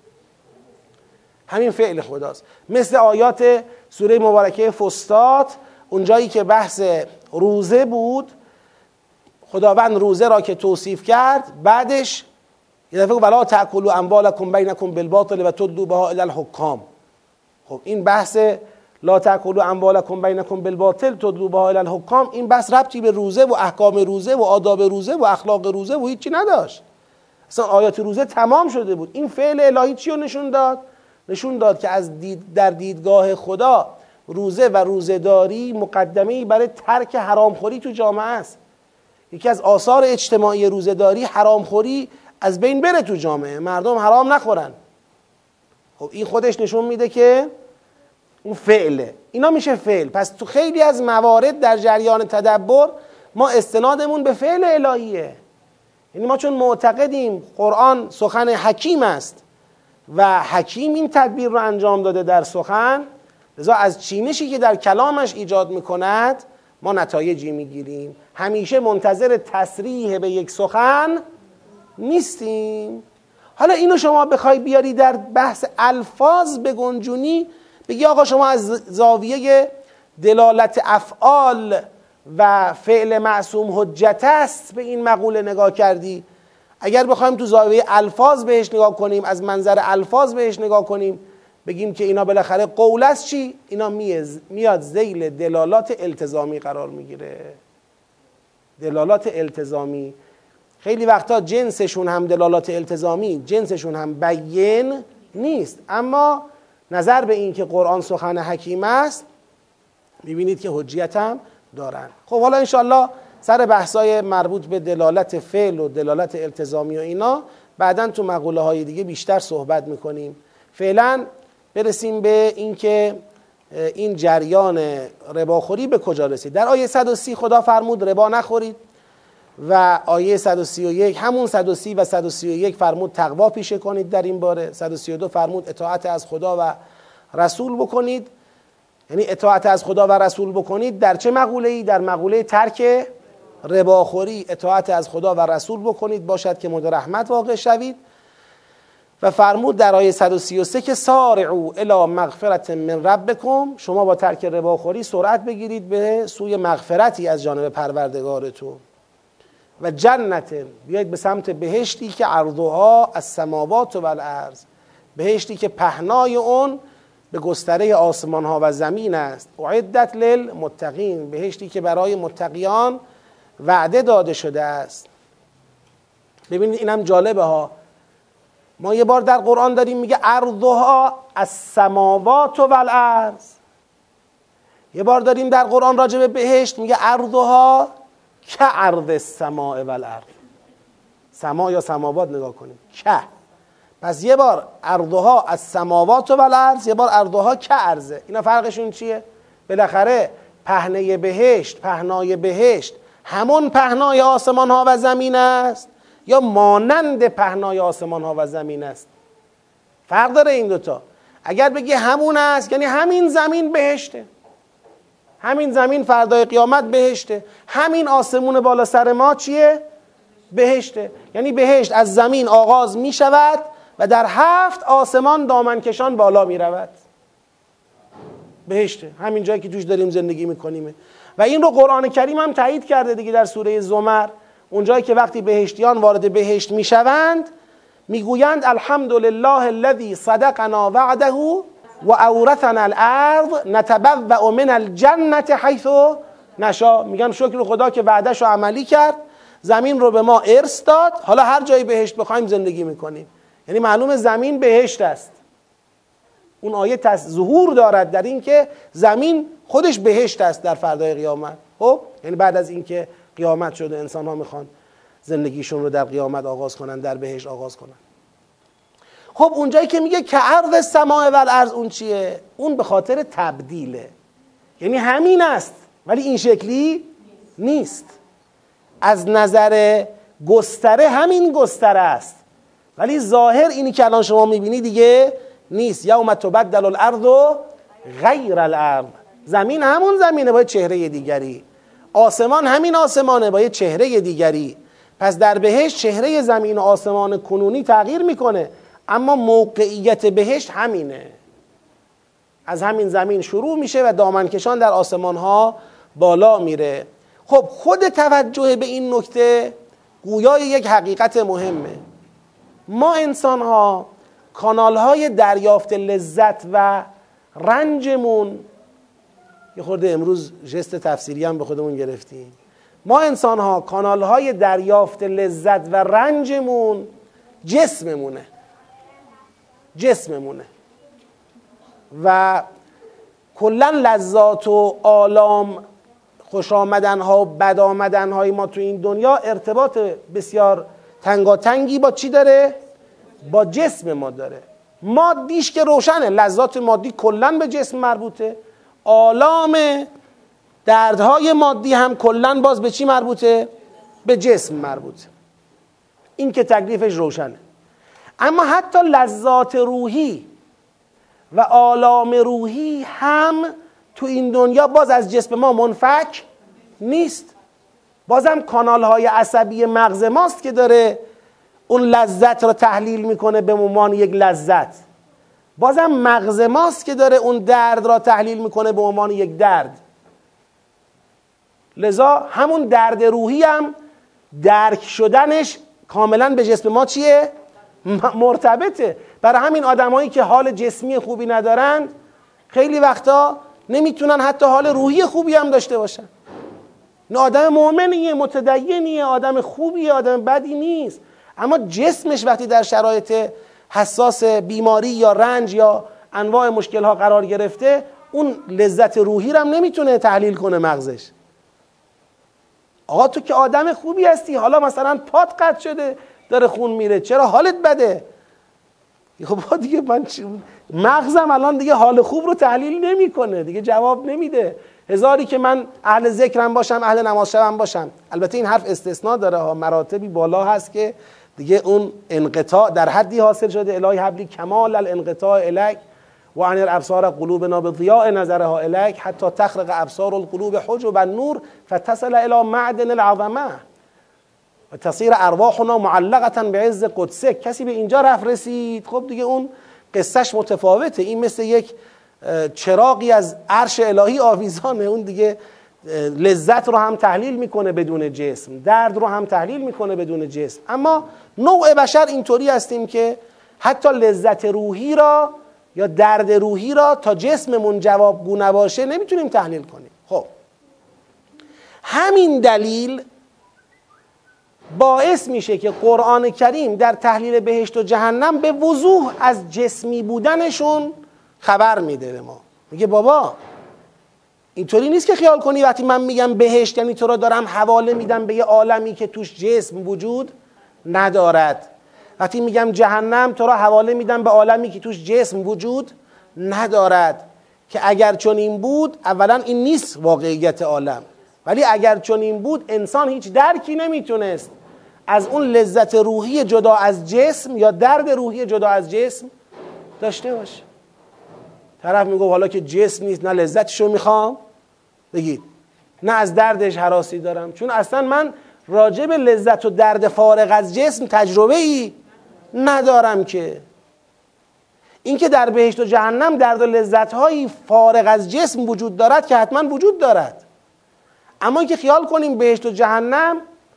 همین فعل خداست. مثل آیات سوره مبارکه فستات، اونجایی که بحث روزه بود، خداوند روزه را که توصیف کرد، بعدش یه دفعه ولا تأکلوا اموالکم بینکم بالباطل و تدلوا بها الی الحکام. خب این بحث لا تأکلوا اموالکم بینکم بالباطل تدلوا بها الی الحکام، این بحث ربطی به روزه و احکام روزه و آداب روزه و اخلاق روزه و هیچی نداشت. اصلا آیات روزه تمام شده بود. این فعل الهی چی رو نشون داد؟ نشون داد که در دیدگاه خدا روزه و روزه‌داری مقدمه‌ای برای ترک حرامخوری تو جامعه است. یکی از آثار اجتماعی روزه‌داری حرامخوری از بین بره تو جامعه، مردم حرام نخورن. خب این خودش نشون میده که اون فعله. اینا میشه فعل. پس تو خیلی از موارد در جریان تدبر ما استنادمون به فعل الهیه. یعنی ما چون معتقدیم قرآن سخن حکیم است و حکیم این تدبیر رو انجام داده در سخن، لذا از چینشی که در کلامش ایجاد میکند ما نتایجی میگیریم. همیشه منتظر تصریح به یک سخن نیستیم. حالا اینو شما بخوای بیاری در بحث الفاظ بگنجونی، بگی آقا شما از زاویه دلالت افعال و فعل معصوم حجت است به این مقوله نگاه کردی. اگر بخوایم تو زاویه الفاظ بهش نگاه کنیم، از منظر الفاظ بهش نگاه کنیم، بگیم که اینا بالاخره قول است، چی؟ اینا میاد ذیل دلالات التزامی قرار میگیره. دلالات التزامی خیلی وقتا جنسشون هم دلالات التزامی، جنسشون هم بیان نیست، اما نظر به این که قرآن سخن حکیم است میبینید که حجیت هم دارن. خب حالا انشالله سر بحثای مربوط به دلالت فعل و دلالت التزامی و اینا بعداً تو مقوله های دیگه بیشتر صحبت میکنیم. فعلا برسیم به این که این جریان رباخوری به کجا رسید. در آیه 130 خدا فرمود ربا نخورید و آیه 131 همون 130 و 131 فرمود تقوا پیشه کنید در این باره. 132 فرمود اطاعت از خدا و رسول بکنید. یعنی اطاعت از خدا و رسول بکنید در چه مقوله‌ای؟ در مقوله ترک رباخوری. اطاعت از خدا و رسول بکنید باشد که مورد رحمت واقع شوید. و فرمود در آیه 133 که سارعوا الی مغفرة من ربکم، شما با ترک رباخوری سرعت بگیرید به سوی مغفرتی از جانب پروردگارتون. و جنت، بیایید به سمت بهشتی که عرضها السماوات و الارض، بهشتی که پهنای اون به گستره آسمان ها و زمین است. اعدت للمتقین، بهشتی که برای متقیان وعده داده شده است. ببینید اینم جالبه ها، ما یه بار در قرآن داریم میگه عرضها السماوات و الارض، یه بار داریم در قرآن راجع به بهشت میگه عرضها کعرض السماء و الارض. سما یا سماوات نگاه کنیم که، پس یه بار عرضها السماوات و الارض، یه بار عرضها کعرضه. اینا فرقشون چیه؟ بالاخره پهنه بهشت، پهنای بهشت همون پهنای آسمان ها و زمین است یا مانند پهنای آسمان ها و زمین است؟ فرق داره این دوتا. اگر بگی همون است یعنی همین زمین بهشته، همین زمین فردای قیامت بهشته، همین آسمون بالا سر ما چیه؟ بهشته. یعنی بهشت از زمین آغاز می شود و در 7 آسمان دامنکشان بالا می رود. بهشته، همین جایی که توش داریم زندگی میکنیم. و این رو قرآن کریم هم تایید کرده دیگه در سوره زمر، اونجایی که وقتی بهشتیان وارد بهشت میشوند میگویند الحمدلله الذی صدقنا وعده و اورثنا الارض نتبوأ من الجنة حیث نشاء. میگن شکر خدا که وعدهشو عملی کرد، زمین رو به ما ارث داد، حالا هر جای بهشت بخوایم زندگی میکنیم. یعنی معلومه زمین بهشت است. اون آیه ظهور دارد در این که زمین خودش بهشت است در فردای قیامت. خب یعنی بعد از اینکه قیامت شده انسان ها میخوان زندگیشون رو در قیامت آغاز کنن، در بهشت آغاز کنن. خب اونجایی که میگه که عرض السماء و الارض، اون چیه؟ اون به خاطر تبدیله، یعنی همین است ولی این شکلی نیست. از نظر گستره همین گستره است ولی ظاهر اینی که الان شما میبینی دیگه نیست. یوم تبدل الارض غیر الارض، زمین همون زمینه با چهره دیگری، آسمان همین آسمانه با چهره دیگری. پس در بهشت چهره زمین و آسمان کنونی تغییر میکنه اما موقعیت بهشت همینه، از همین زمین شروع میشه و دامنکشان در آسمان ها بالا میره. خب خود توجه به این نکته گویای یک حقیقت مهمه. ما انسان ها کانال های دریافت لذت و رنجمون، یه خورده امروز ژست تفسیری هم به خودمون گرفتیم، ما انسان ها کانال های دریافت لذت و رنجمون جسممونه و کلا لذات و آلام، خوش آمدن ها و بد آمدن های ما تو این دنیا ارتباط بسیار تنگاتنگی با چی داره؟ با جسم ما داره. مادیش که روشنه، لذات مادی کلا به جسم مربوطه، آلام دردهای مادی هم کلا باز به چی مربوطه؟ به جسم مربوطه. این که تکلیفش روشنه. اما حتی لذات روحی و آلام روحی هم تو این دنیا باز از جسم ما منفک نیست. بازم کانالهای عصبی مغز ماست که داره اون لذت رو تحلیل میکنه به عنوان یک لذت، بازم مغز ماست که داره اون درد را تحلیل میکنه به عنوان یک درد. لذا همون درد روحی هم درک شدنش کاملا به جسم ما چیه؟ مرتبطه. برای همین آدمایی که حال جسمی خوبی ندارند خیلی وقتا نمیتونن حتی حال روحی خوبی هم داشته باشن. نه آدم مؤمنیه، متدینیه، آدم خوبیه، آدم بدی نیست، اما جسمش وقتی در شرایط حساس بیماری یا رنج یا انواع مشکلها قرار گرفته، اون لذت روحی رو هم نمیتونه تحلیل کنه مغزش. آقا تو که آدم خوبی هستی، حالا مثلا پات قطع شده داره خون میره، چرا حالت بده؟ خب دیگه من مغزم الان دیگه حال خوب رو تحلیل نمیکنه، دیگه جواب نمیده. هزاری که من اهل ذکرم باشم، اهل نماز شبم باشم، البته این حرف استثناء داره ها، مراتبی بالا هست که دیگه اون انقطاع در حدی حاصل شده الهی حبلی کمال الانقطاع الیک و عن الابصار قلوبنا بضیاء نظرها الیک حتی تخرق ابصار القلوب حجب النور فتصل الی معدن العظمه و تصیر ارواحنا معلقه بعز قدسک. کسی به اینجا رسید، خب دیگه اون قصهش متفاوته. این مثل یک چراغی از عرش الهی آویزانه، اون دیگه لذت رو هم تحلیل میکنه بدون جسم، درد رو هم تحلیل میکنه بدون جسم. اما نوع بشر اینطوری هستیم که حتی لذت روحی را یا درد روحی را تا جسممون جوابگو نباشه نمیتونیم تحلیل کنیم. خب همین دلیل باعث میشه که قرآن کریم در تحلیل بهشت و جهنم به وضوح از جسمی بودنشون خبر میده به ما. میگه بابا اینطوری نیست که خیال کنی وقتی من میگم بهشت یعنی تو را دارم حواله میدم به یه عالمی که توش جسم وجود ندارد. وقتی میگم جهنم تو را حواله میدم به عالمی که توش جسم وجود ندارد، که اگر چون این بود اولا این نیست واقعیت عالم، ولی اگر چون این بود انسان هیچ درکی نمیتونست از اون لذت روحی جدا از جسم یا درد روحی جدا از جسم داشته باشه. طرف میگه حالا که جسم نیست نه لذتشو میخوام، بگید نه از دردش هراسی دارم، چون اصلا من راجع به لذت و درد فارغ از جسم تجربه ای ندارم. که این که در بهشت و جهنم درد و لذت هایی فارغ از جسم وجود دارد که حتما وجود دارد، اما اینکه خیال کنیم بهشت و جهنم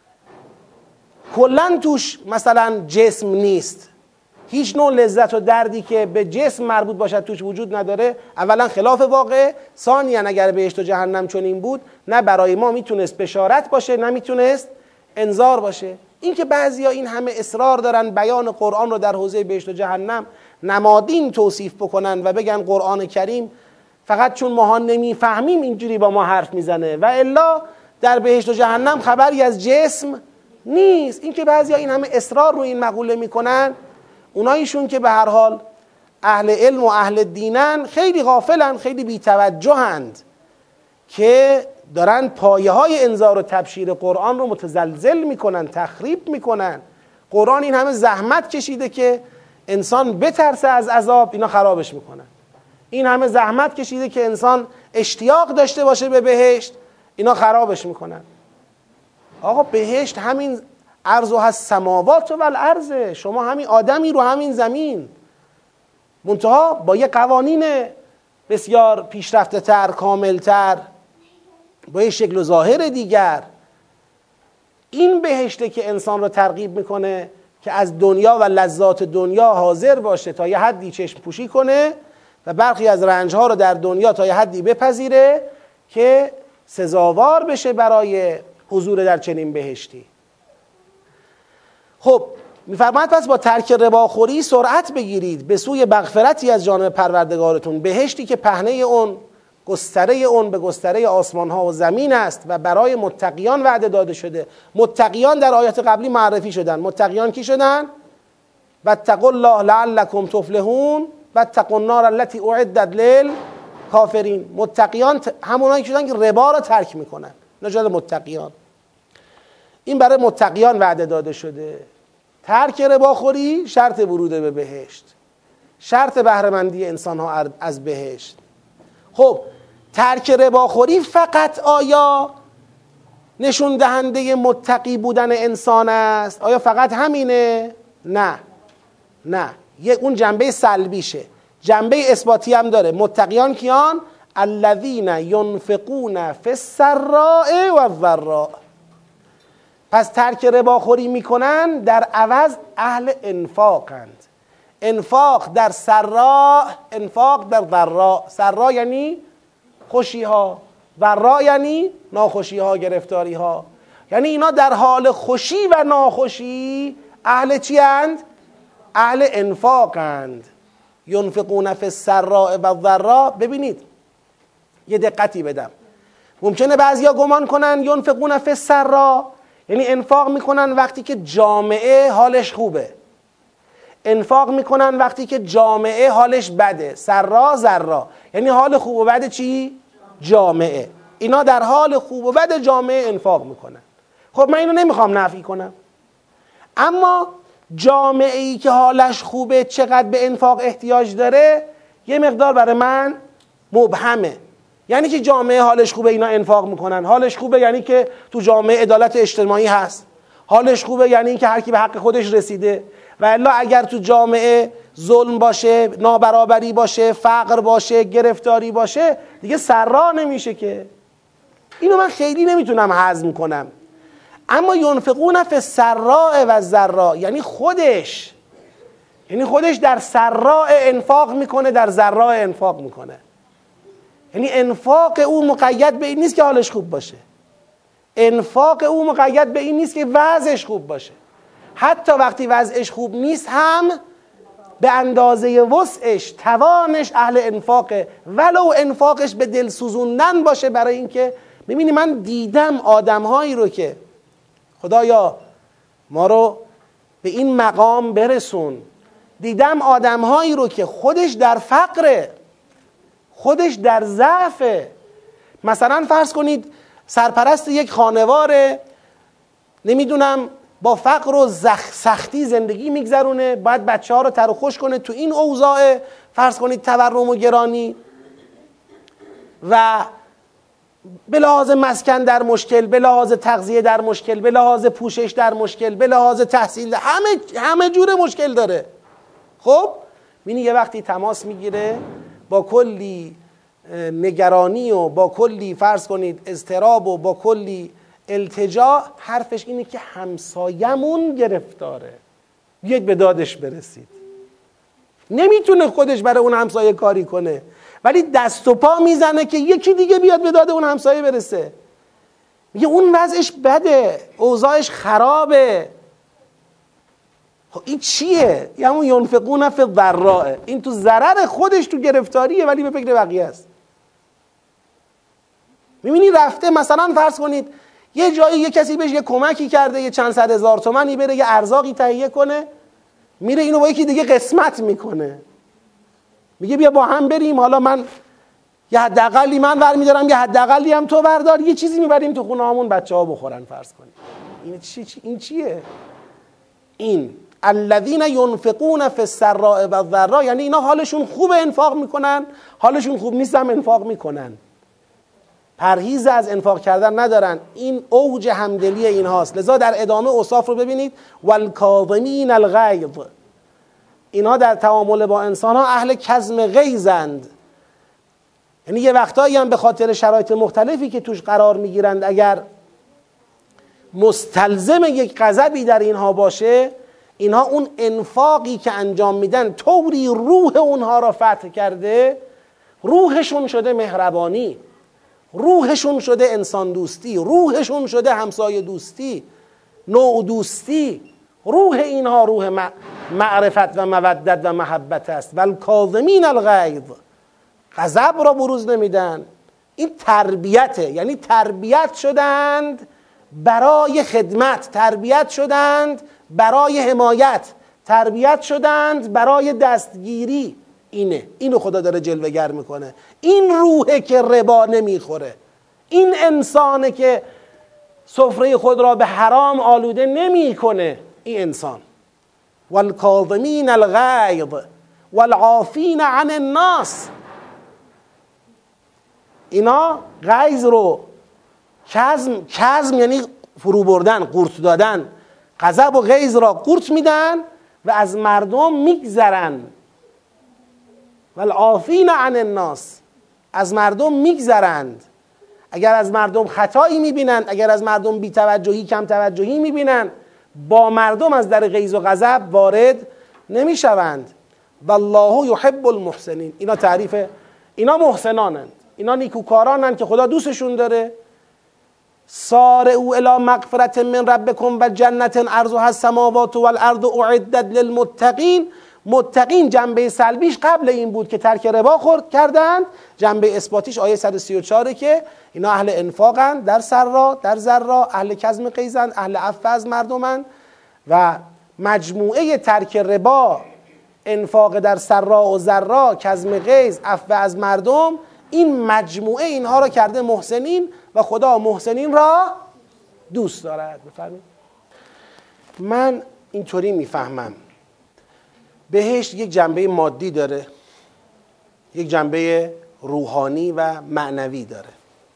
کلن توش مثلا جسم نیست، هیچ نوع لذت و دردی که به جسم مربوط باشد توش وجود نداره، اولا خلاف واقع، ثانیا اگر بهشت و جهنم چون این بود نه برای ما میتونست بشارت باشه نه میتونست انذار باشه. این که بعضیا این همه اصرار دارن بیان قرآن رو در حوزه بهشت و جهنم نمادین توصیف بکنن و بگن قرآن کریم فقط چون ماها نمیفهمیم اینجوری با ما حرف میزنه و الا در بهشت و جهنم خبری از جسم نیست. این که بعضیا این همه اصرار رو این مقوله میکنن، اوناییشون که به هر حال اهل علم و اهل دینن خیلی غافلن، خیلی بی‌توجهند که دارن پایه های انذار و تبشیر قرآن رو متزلزل میکنن، تخریب میکنن. قرآن این همه زحمت کشیده که انسان بترسه از عذاب، اینا خرابش میکنن. این همه زحمت کشیده که انسان اشتیاق داشته باشه به بهشت، اینا خرابش میکنن. آقا بهشت همین عرض و السماوات و الارض، شما همین آدمی رو همین زمین، منتها با یه قوانین بسیار پیشرفته تر، کامل تر، با یه شکل و ظاهر دیگر. این بهشته که انسان رو ترغیب میکنه که از دنیا و لذات دنیا حاضر باشه تا یه حدی چشم پوشی کنه و برخی از رنجها رو در دنیا تا یه حدی بپذیره که سزاوار بشه برای حضور در چنین بهشتی. خب میفرماید پس با ترک رباخوری سرعت بگیرید به سوی مغفرتی از جانب پروردگارتون، بهشتی که پهنه اون، گستره اون به گستره آسمان ها و زمین است و برای متقیان وعده داده شده. متقیان در آیات قبلی معرفی شدن. متقیان کی شدن؟ واتقوا الله لعلکم تفلحون واتقوا النار التي اعدت للکافرین. متقیان همونایی شدن که ربا را ترک میکنن، نجات متقیان. این برای متقیان وعده داده شده. ترک رباخوری شرط ورود به بهشت، شرط بهره‌مندی انسان ها از بهشت. خب ترک رباخوری فقط آیا نشون دهنده متقی بودن انسان است؟ آیا فقط همینه؟ نه، اون جنبه سلبیشه. جنبه اثباتی هم داره. متقیان کیان؟ الذین ینفقون فی السراء و الضراء. پس ترک رباخوری میکنن، در عوض اهل انفاقند. انفاق در سراء، انفاق در ضراء. سراء یعنی خوشی ها، ضراء یعنی ناخوشی ها، گرفتاری ها. یعنی اینا در حال خوشی و ناخوشی اهل چی اند؟ اهل انفاقند. ینفقون فی السراء و الضراء. ببینید یه دقتی بدم، ممکنه بعضیا گمان کنن ینفقون فی السراء یعنی انفاق میکنن وقتی که جامعه حالش خوبه، انفاق میکنن وقتی که جامعه حالش بده. سرا ضرا یعنی حال خوب و بد چی؟ جامعه. اینا در حال خوب و بد جامعه انفاق میکنن. خب من اینو نمیخوام نفی کنم، اما جامعه ای که حالش خوبه چقدر به انفاق احتیاج داره یه مقدار برای من مبهمه. یعنی که جامعه حالش خوبه اینا انفاق میکنن. حالش خوبه یعنی که تو جامعه عدالت اجتماعی هست. حالش خوبه یعنی اینکه هر کی به حق خودش رسیده. و الا اگر تو جامعه ظلم باشه، نابرابری باشه، فقر باشه، گرفتاری باشه، دیگه سرا نمیشه که. اینو من خیلی نمیتونم هضم کنم. اما ینفقون فی السراء و الضراء یعنی خودش یعنی خودش در سراء انفاق میکنه، در ضراء انفاق میکنه. یعنی انفاق او مقید به این نیست که حالش خوب باشه، انفاق او مقید به این نیست که وضعش خوب باشه. حتی وقتی وضعش خوب نیست هم به اندازه وسعش، توانش اهل انفاقه، ولو انفاقش به دل سوزوندن باشه. برای اینکه ببینی من دیدم آدمهایی رو که خدایا ما رو به این مقام برسون، دیدم آدمهایی رو که خودش در فقره، خودش در ضعفه. مثلا فرض کنید سرپرست یک خانواره، نمیدونم با فقر و سختی زندگی میگذرونه، باید بچه ها رو تر و خوش کنه تو این اوضاع، فرض کنید تورم و گرانی، و به لحاظ مسکن در مشکل، به لحاظ تغذیه در مشکل، به لحاظ پوشش در مشکل، به لحاظ تحصیل، همه جور مشکل داره. خب بینی یه وقتی تماس میگیره با کلی نگرانی و با کلی فرض کنید اضطراب و با کلی التجا، حرفش اینه که همسایمون گرفتاره، بیاید به دادش برسید. نمیتونه خودش برای اون همسایه کاری کنه، ولی دست و پا میزنه که یکی دیگه بیاد به داد اون همسایه برسه. میگه اون وضعش بده، اوضاعش خرابه. خب این چیه؟ یه همون ینفقون فی الضراء، این تو ضرر خودش تو گرفتاریه ولی به فکر بقیه است. میبینی رفته مثلا فرض کنید یه جایی یه کسی بهش یه کمکی کرده، یه چند صد هزار تومانی بره یه ارزاقی تهیه کنه، میره اینو با یکی دیگه قسمت میکنه، میگه بیا با هم بریم، حالا من یه حداقلی من برمیدارم، یه حداقلی هم تو بردار، یه چیزی میبریم تو خونه هامون بچه‌ها بخورن فرض کنید. این چیه؟ این الذین ینفقون فی السراء و الضراء، یعنی اینا حالشون خوبه انفاق میکنن، حالشون خوب نیست هم انفاق میکنن، پرهیز از انفاق کردن ندارن. این اوج همدلی این هاست. لذا در ادامه اوصاف رو ببینید، والکاظمین الغیظ، اینها در تعامل با انسان ها اهل کظم غیظند. یعنی یه وقتایی هم به خاطر شرایط مختلفی که توش قرار میگیرند اگر مستلزم یک غضبی در اینها باشه، اینها اون انفاقی که انجام میدن طوری روح اونها را فتح کرده، روحشون شده مهربانی، روحشون شده انسان دوستی، روحشون شده همسایه دوستی، نوع دوستی. روح اینها روح معرفت و مودت و محبت است. والکاظمین الغیظ، غضب را بروز نمیدن. این تربیته، یعنی تربیت شدند برای خدمت، تربیت شدند برای حمایت، تربیت شدند برای دستگیری. اینو خدا داره جلوه‌گر میکنه. این روحه که ربا نمیخوره، این انسانه که سفره خود را به حرام آلوده نمیکنه. این انسان والکاظمین الغیظ والعافین عن الناس، اینا غیظ رو، کظم یعنی فرو بردن، قورت دادن، غضب و غیظ را قورت میدن و از مردم میگذرن. والعافین عن الناس، از مردم میگذرند. اگر از مردم خطایی میبینند، اگر از مردم بی‌توجهی، کم توجهی میبینند، با مردم از در غیظ و غضب وارد نمیشوند. والله یحب المحسنین، اینا تعریف، اینا محسنانند، اینا نیکوکارانند که خدا دوستشون داره. سارعوا الی مغفرة من ربکم و جنة عرضها السماوات والارض اعدت للمتقین. متقین جنبه سلبیش قبل این بود که ترک ربا کردند، جنبه اثباتیش آیه 134 که اینا اهل انفاقند، در سرا در ضرا، اهل کظم غیظند، اهل عفو از مردمند. و مجموعه ترک ربا، انفاق در سرا و ضرا، کظم غیظ، عفو از مردم، این مجموعه اینها را کرده محسنین و خدا محسنین را دوست دارد. بفرمایید. من اینطوری میفهمم بهشت یک جنبه مادی داره، یک جنبه روحانی و معنوی داره.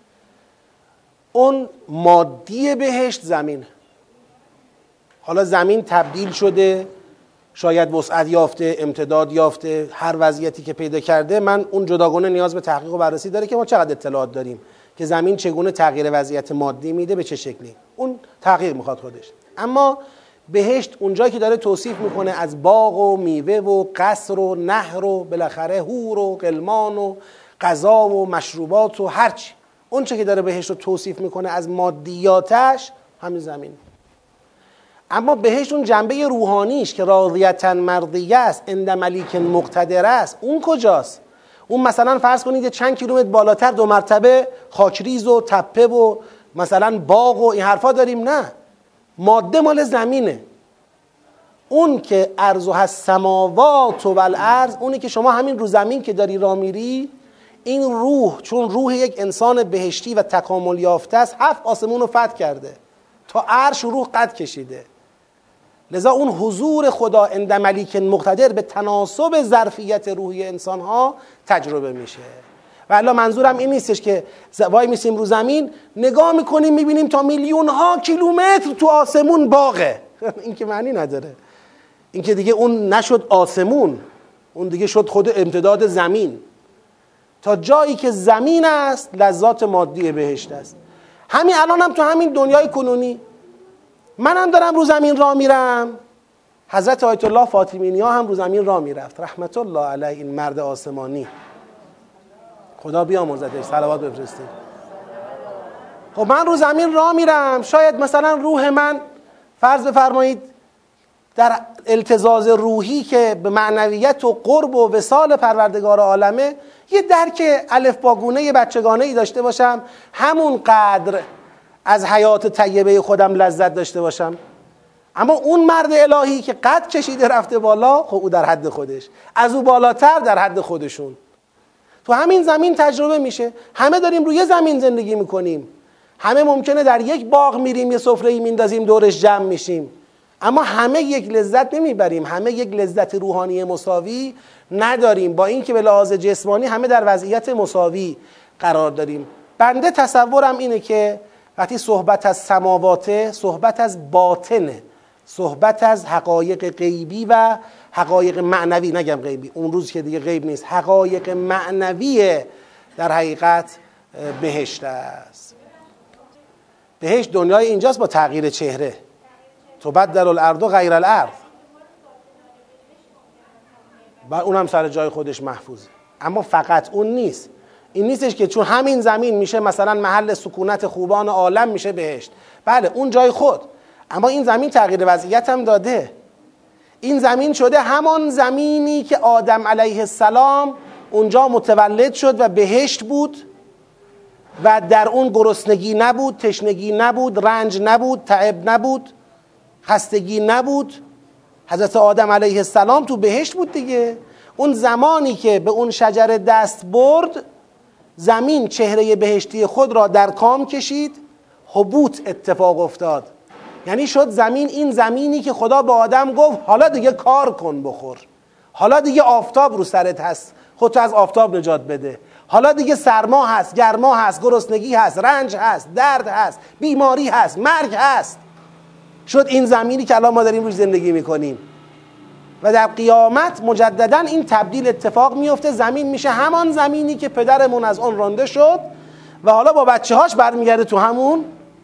اون مادی بهشت زمین، حالا زمین تبدیل شده، شاید وسعت یافته، امتداد یافته، هر وضعیتی که پیدا کرده. من اون جداگانه نیاز به تحقیق و بررسی داره که ما چقدر اطلاعات داریم که زمین چگونه تغییر وضعیت مادی میده، به چه شکلی، اون تحقیق میخواد خودش. اما بهشت اونجایی که داره توصیف میکنه از باغ و میوه و قصر و نهر و بالاخره حور و غلمان و غذا و مشروبات و هرچی، اون چه که داره بهشت رو توصیف میکنه از مادیاتش همین زمین. اما بهشت اون جنبه روحانیش که راضیةً مرضیه است، عند ملیک مقتدر است، اون کجاست؟ اون مثلا فرض کنید یه چند کیلومتر بالاتر 2 مرتبه خاکریز و تپه و مثلا باغ و این حرفا داریم؟ نه، ماده مال زمینه. اون که ارض و السماوات و الارض، اونی که شما همین رو زمین که داری راه میری، این روح چون روح یک انسان بهشتی و تکامل یافته است 7 آسمون رو فتح کرده، تا عرش و روح قد کشیده. لذا اون حضور خدا عند ملیک مقتدر به تناسب ظرفیت روحی انسان ها تجربه میشه. و الا منظورم این نیستش که وای میسیم رو زمین نگاه میکنیم میبینیم تا میلیون ها کیلومتر تو آسمون باغه. این که معنی نداره. این که دیگه اون نشد آسمون، اون دیگه شد خود امتداد زمین. تا جایی که زمین است لذات مادی بهشت است. همین الان هم تو همین دنیای کنونی منم دارم رو زمین راه میرم، حضرت آیت الله فاطمی نیا هم رو زمین راه میرفت رحمت الله علیه، این مرد آسمانی، خدا بیامرزدش، صلوات بفرستید. خب من رو زمین راه میرم، شاید مثلا روح من فرض بفرمایید در التزاز روحی که به معنویت و قرب و وصال پروردگار عالمه یه درک الفباگونه بچگانه ای داشته باشم، همون قدر از حیات طیبه خودم لذت داشته باشم. اما اون مرد الهی که قد کشیده رفته بالا، خب او در حد خودش، از او بالاتر در حد خودشون. تو همین زمین تجربه میشه. همه داریم روی زمین زندگی میکنیم، همه ممکنه در یک باغ میریم یه سفره‌ای میندازیم دورش جمع میشیم، اما همه یک لذت نمیبریم، همه یک لذت روحانی مساوی نداریم، با اینکه به لحاظ جسمانی همه در وضعیت مساوی قرار داریم. بنده تصورم اینه که وقتی صحبت از سماواته، صحبت از باطنه، صحبت از حقایق غیبی و حقایق معنوی، نگم غیبی، اون روز که دیگه غیب نیست، حقایق معنوی در حقیقت بهشت است. بهشت دنیای اینجاست با تغییر چهره، تبدل الارض غیر الارض، و اونم سر جای خودش محفوظه. اما فقط اون نیست، این نیستش که چون همین زمین میشه مثلا محل سکونت خوبان عالم میشه بهشت. بله اون جای خود، اما این زمین تغییر وضعیت هم داده. این زمین شده همان زمینی که آدم علیه السلام اونجا متولد شد و بهشت بود و در اون گرسنگی نبود، تشنگی نبود، رنج نبود، تعب نبود، خستگی نبود. حضرت آدم علیه السلام تو بهشت بود دیگه. اون زمانی که به اون شجره دست برد، زمین چهره بهشتی خود را در کام کشید، هبوط اتفاق افتاد. یعنی شد زمین این زمینی که خدا به آدم گفت حالا دیگه کار کن بخور، حالا دیگه آفتاب رو سرت هست، خودتو از آفتاب نجات بده، حالا دیگه سرما هست، گرما هست، گرسنگی هست، رنج هست، درد هست، بیماری هست، مرگ هست. شد این زمینی که الان ما داریم روش زندگی میکنیم. و در قیامت مجددا این تبدیل اتفاق میفته، زمین میشه همان زمینی که پدرمون از آن رانده شد و حالا با بچه هاش برمیگرده تو همون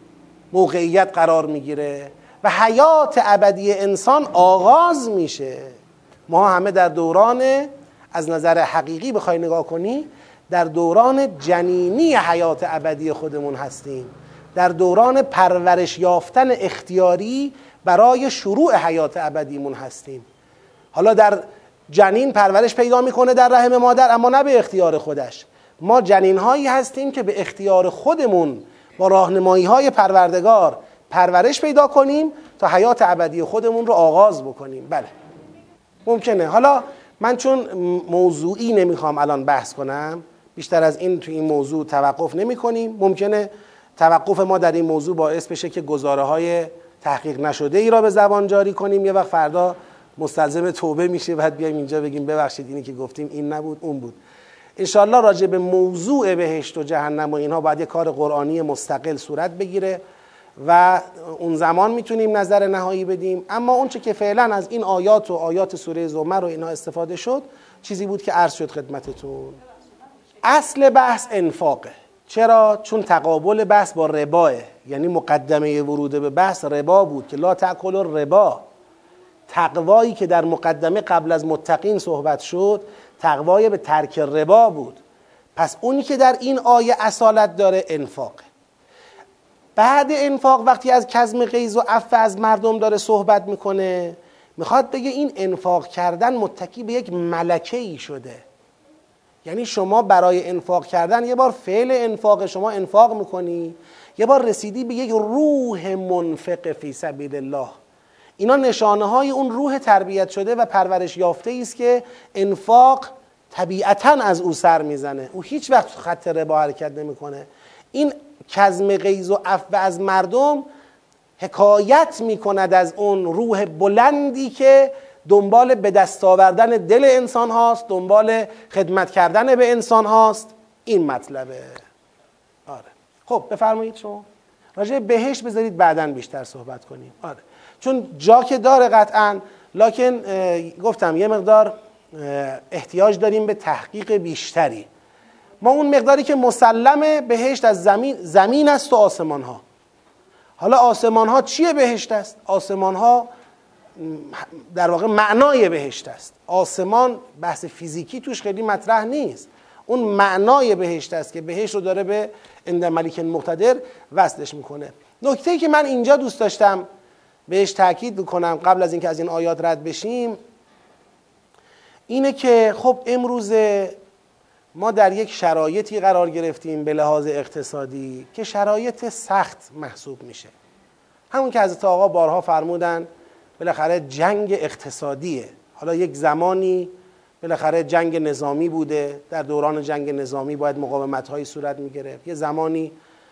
موقعیت قرار میگیره و حیات ابدی انسان آغاز میشه. ما همه در دوران، از نظر حقیقی بخوای نگاه کنی، در دوران جنینی حیات ابدی خودمون هستیم، در دوران پرورش یافتن اختیاری برای شروع حیات ابدیمون هستیم. حالا در جنین پرورش پیدا میکنه در رحم مادر، اما نه به اختیار خودش. ما جنین هایی هستیم که به اختیار خودمون با راهنمایی های پروردگار پرورش پیدا کنیم تا حیات ابدی خودمون رو آغاز بکنیم. بله ممکنه. حالا من چون موضوعی نمیخوام الان بحث کنم، بیشتر از این تو این موضوع توقف نمی کنیم. ممکنه توقف ما در این موضوع باعث بشه که گزاره های تحقیق نشده ای را به زبان جاری کنیم، یه وقت فردا مستلزم توبه میشه، بعد بیایم اینجا بگیم ببخشید اینی که گفتیم این نبود اون بود. انشاءالله راجع به موضوع بهشت و جهنم و اینها باید یه کار قرآنی مستقل صورت بگیره و اون زمان میتونیم نظر نهایی بدیم. اما اون چه که فعلا از این آیات و آیات سوره زمر و اینا استفاده شد چیزی بود که عرض شد خدمتتون. اصل بحث انفاقه. چرا؟ چون تقابل بحث با رباه. یعنی مقدمه ورود به بحث ربا بود که لا تأکلوا الربا. تقوایی که در مقدمه قبل از متقین صحبت شد تقوای به ترک ربا بود. پس اونی که در این آیه اصالت داره انفاقه. بعد انفاق وقتی از کظم غیظ و عفو از مردم داره صحبت میکنه، میخواد بگه این انفاق کردن متکی به یک ملکه ای شده. یعنی شما برای انفاق کردن یه بار فعل انفاق شما انفاق میکنی، یه بار رسیدی به یک روح منفق فی سبیل الله. اینا نشانه های اون روح تربیت شده و پرورش یافته است که انفاق طبیعتاً از او سر میزنه. او هیچ وقت خط ربا حرکت نمیکنه. این کظم غیظ و عفو از مردم حکایت میکند از اون روح بلندی که دنبال به دست آوردن دل انسان هاست، دنبال خدمت کردن به انسان هاست. این مطلبه. آره. خب بفرمایید شما. راجع بهشت بذارید بعداً بیشتر صحبت کنیم. آره. چون جا که داره قطعاً، لکن گفتم یه مقدار احتیاج داریم به تحقیق بیشتری. ما اون مقداری که مسلمه بهشت از زمین است و آسمان ها. حالا آسمان ها چیه بهشت است؟ آسمان ها در واقع معنای بهشت است. آسمان بحث فیزیکی توش خیلی مطرح نیست. اون معنای بهشت است که بهشت رو داره به عند ملیک مقتدر وصلش میکنه. نکته‌ای که من اینجا دوست داشتم بهش تاکید بکنم قبل از اینکه از این آیات رد بشیم اینه که خب امروز ما در یک شرایطی قرار گرفتیم به لحاظ اقتصادی که شرایط سخت محسوب میشه. همون که حضرت آقا بارها فرمودن بالاخره جنگ اقتصادیه. حالا یک زمانی بالاخره جنگ نظامی بوده، در دوران جنگ نظامی باید مقاومت‌هایی صورت می‌گرفت. یه زمانی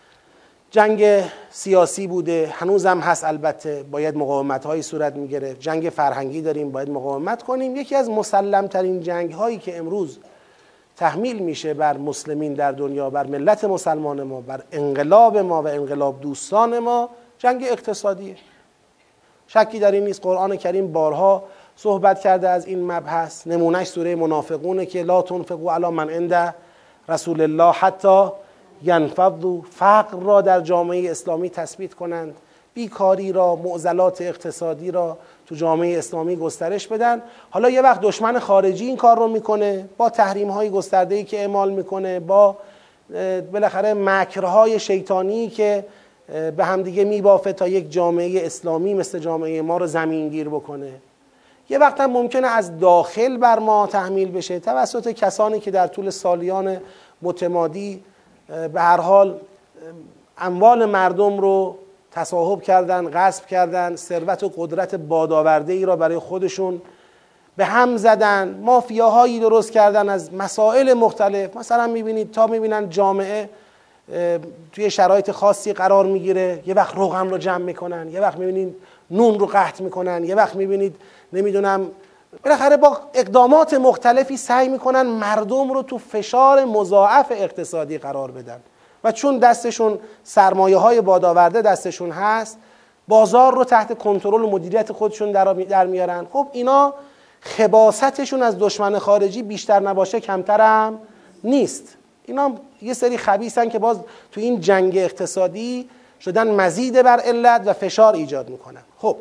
جنگ سیاسی بوده، هنوزم هست البته، باید مقاومت‌هایی صورت می‌گرفت. جنگ فرهنگی داریم، باید مقاومت کنیم. یکی از مسلم‌ترین جنگ‌هایی که امروز تحمیل میشه بر مسلمین در دنیا، بر ملت مسلمان ما، بر انقلاب ما و انقلاب دوستان ما، جنگ اقتصادیه. شکی در این نیست. قرآن کریم بارها صحبت کرده از این مبحث. نمونهش سوره منافقونه که لا تنفقوا علی من عند رسول الله حتی ینفضوا. فقر را در جامعه اسلامی تثبیت کنند، بیکاری را، معضلات اقتصادی را تو جامعه اسلامی گسترش بدن. حالا یه وقت دشمن خارجی این کار رو میکنه با تحریم‌های گسترده‌ای که اعمال میکنه، با بالاخره مکرهای شیطانی که به همدیگه میبافه تا یک جامعه اسلامی مثل جامعه ما رو زمینگیر بکنه. یه وقت هم ممکنه از داخل بر ما تحمیل بشه توسط کسانی که در طول سالیان متمادی به هر حال اموال مردم رو تصاحب کردن، غصب کردن، ثروت و قدرت بادآورده ای را برای خودشون به هم زدن، مافیاهایی درست کردن از مسائل مختلف. مثلا میبینید تا میبینن جامعه توی شرایط خاصی قرار میگیره، یه وقت روغن رو جمع میکنن، یه وقت میبینید نون رو قحط میکنن، یه وقت میبینید نمیدونم بالاخره با اقدامات مختلفی سعی میکنن مردم رو تو فشار مضاعف اقتصادی قرار بدن و چون دستشون سرمایه های بادآورده دستشون هست، بازار رو تحت کنترل و مدیریت خودشون در میارن. خب اینا خباثتشون از دشمن خارجی بیشتر نباشه کمتر هم نیست. اینا یه سری خبیثن که باز تو این جنگ اقتصادی شدن مزید بر علت و فشار ایجاد میکنن. خب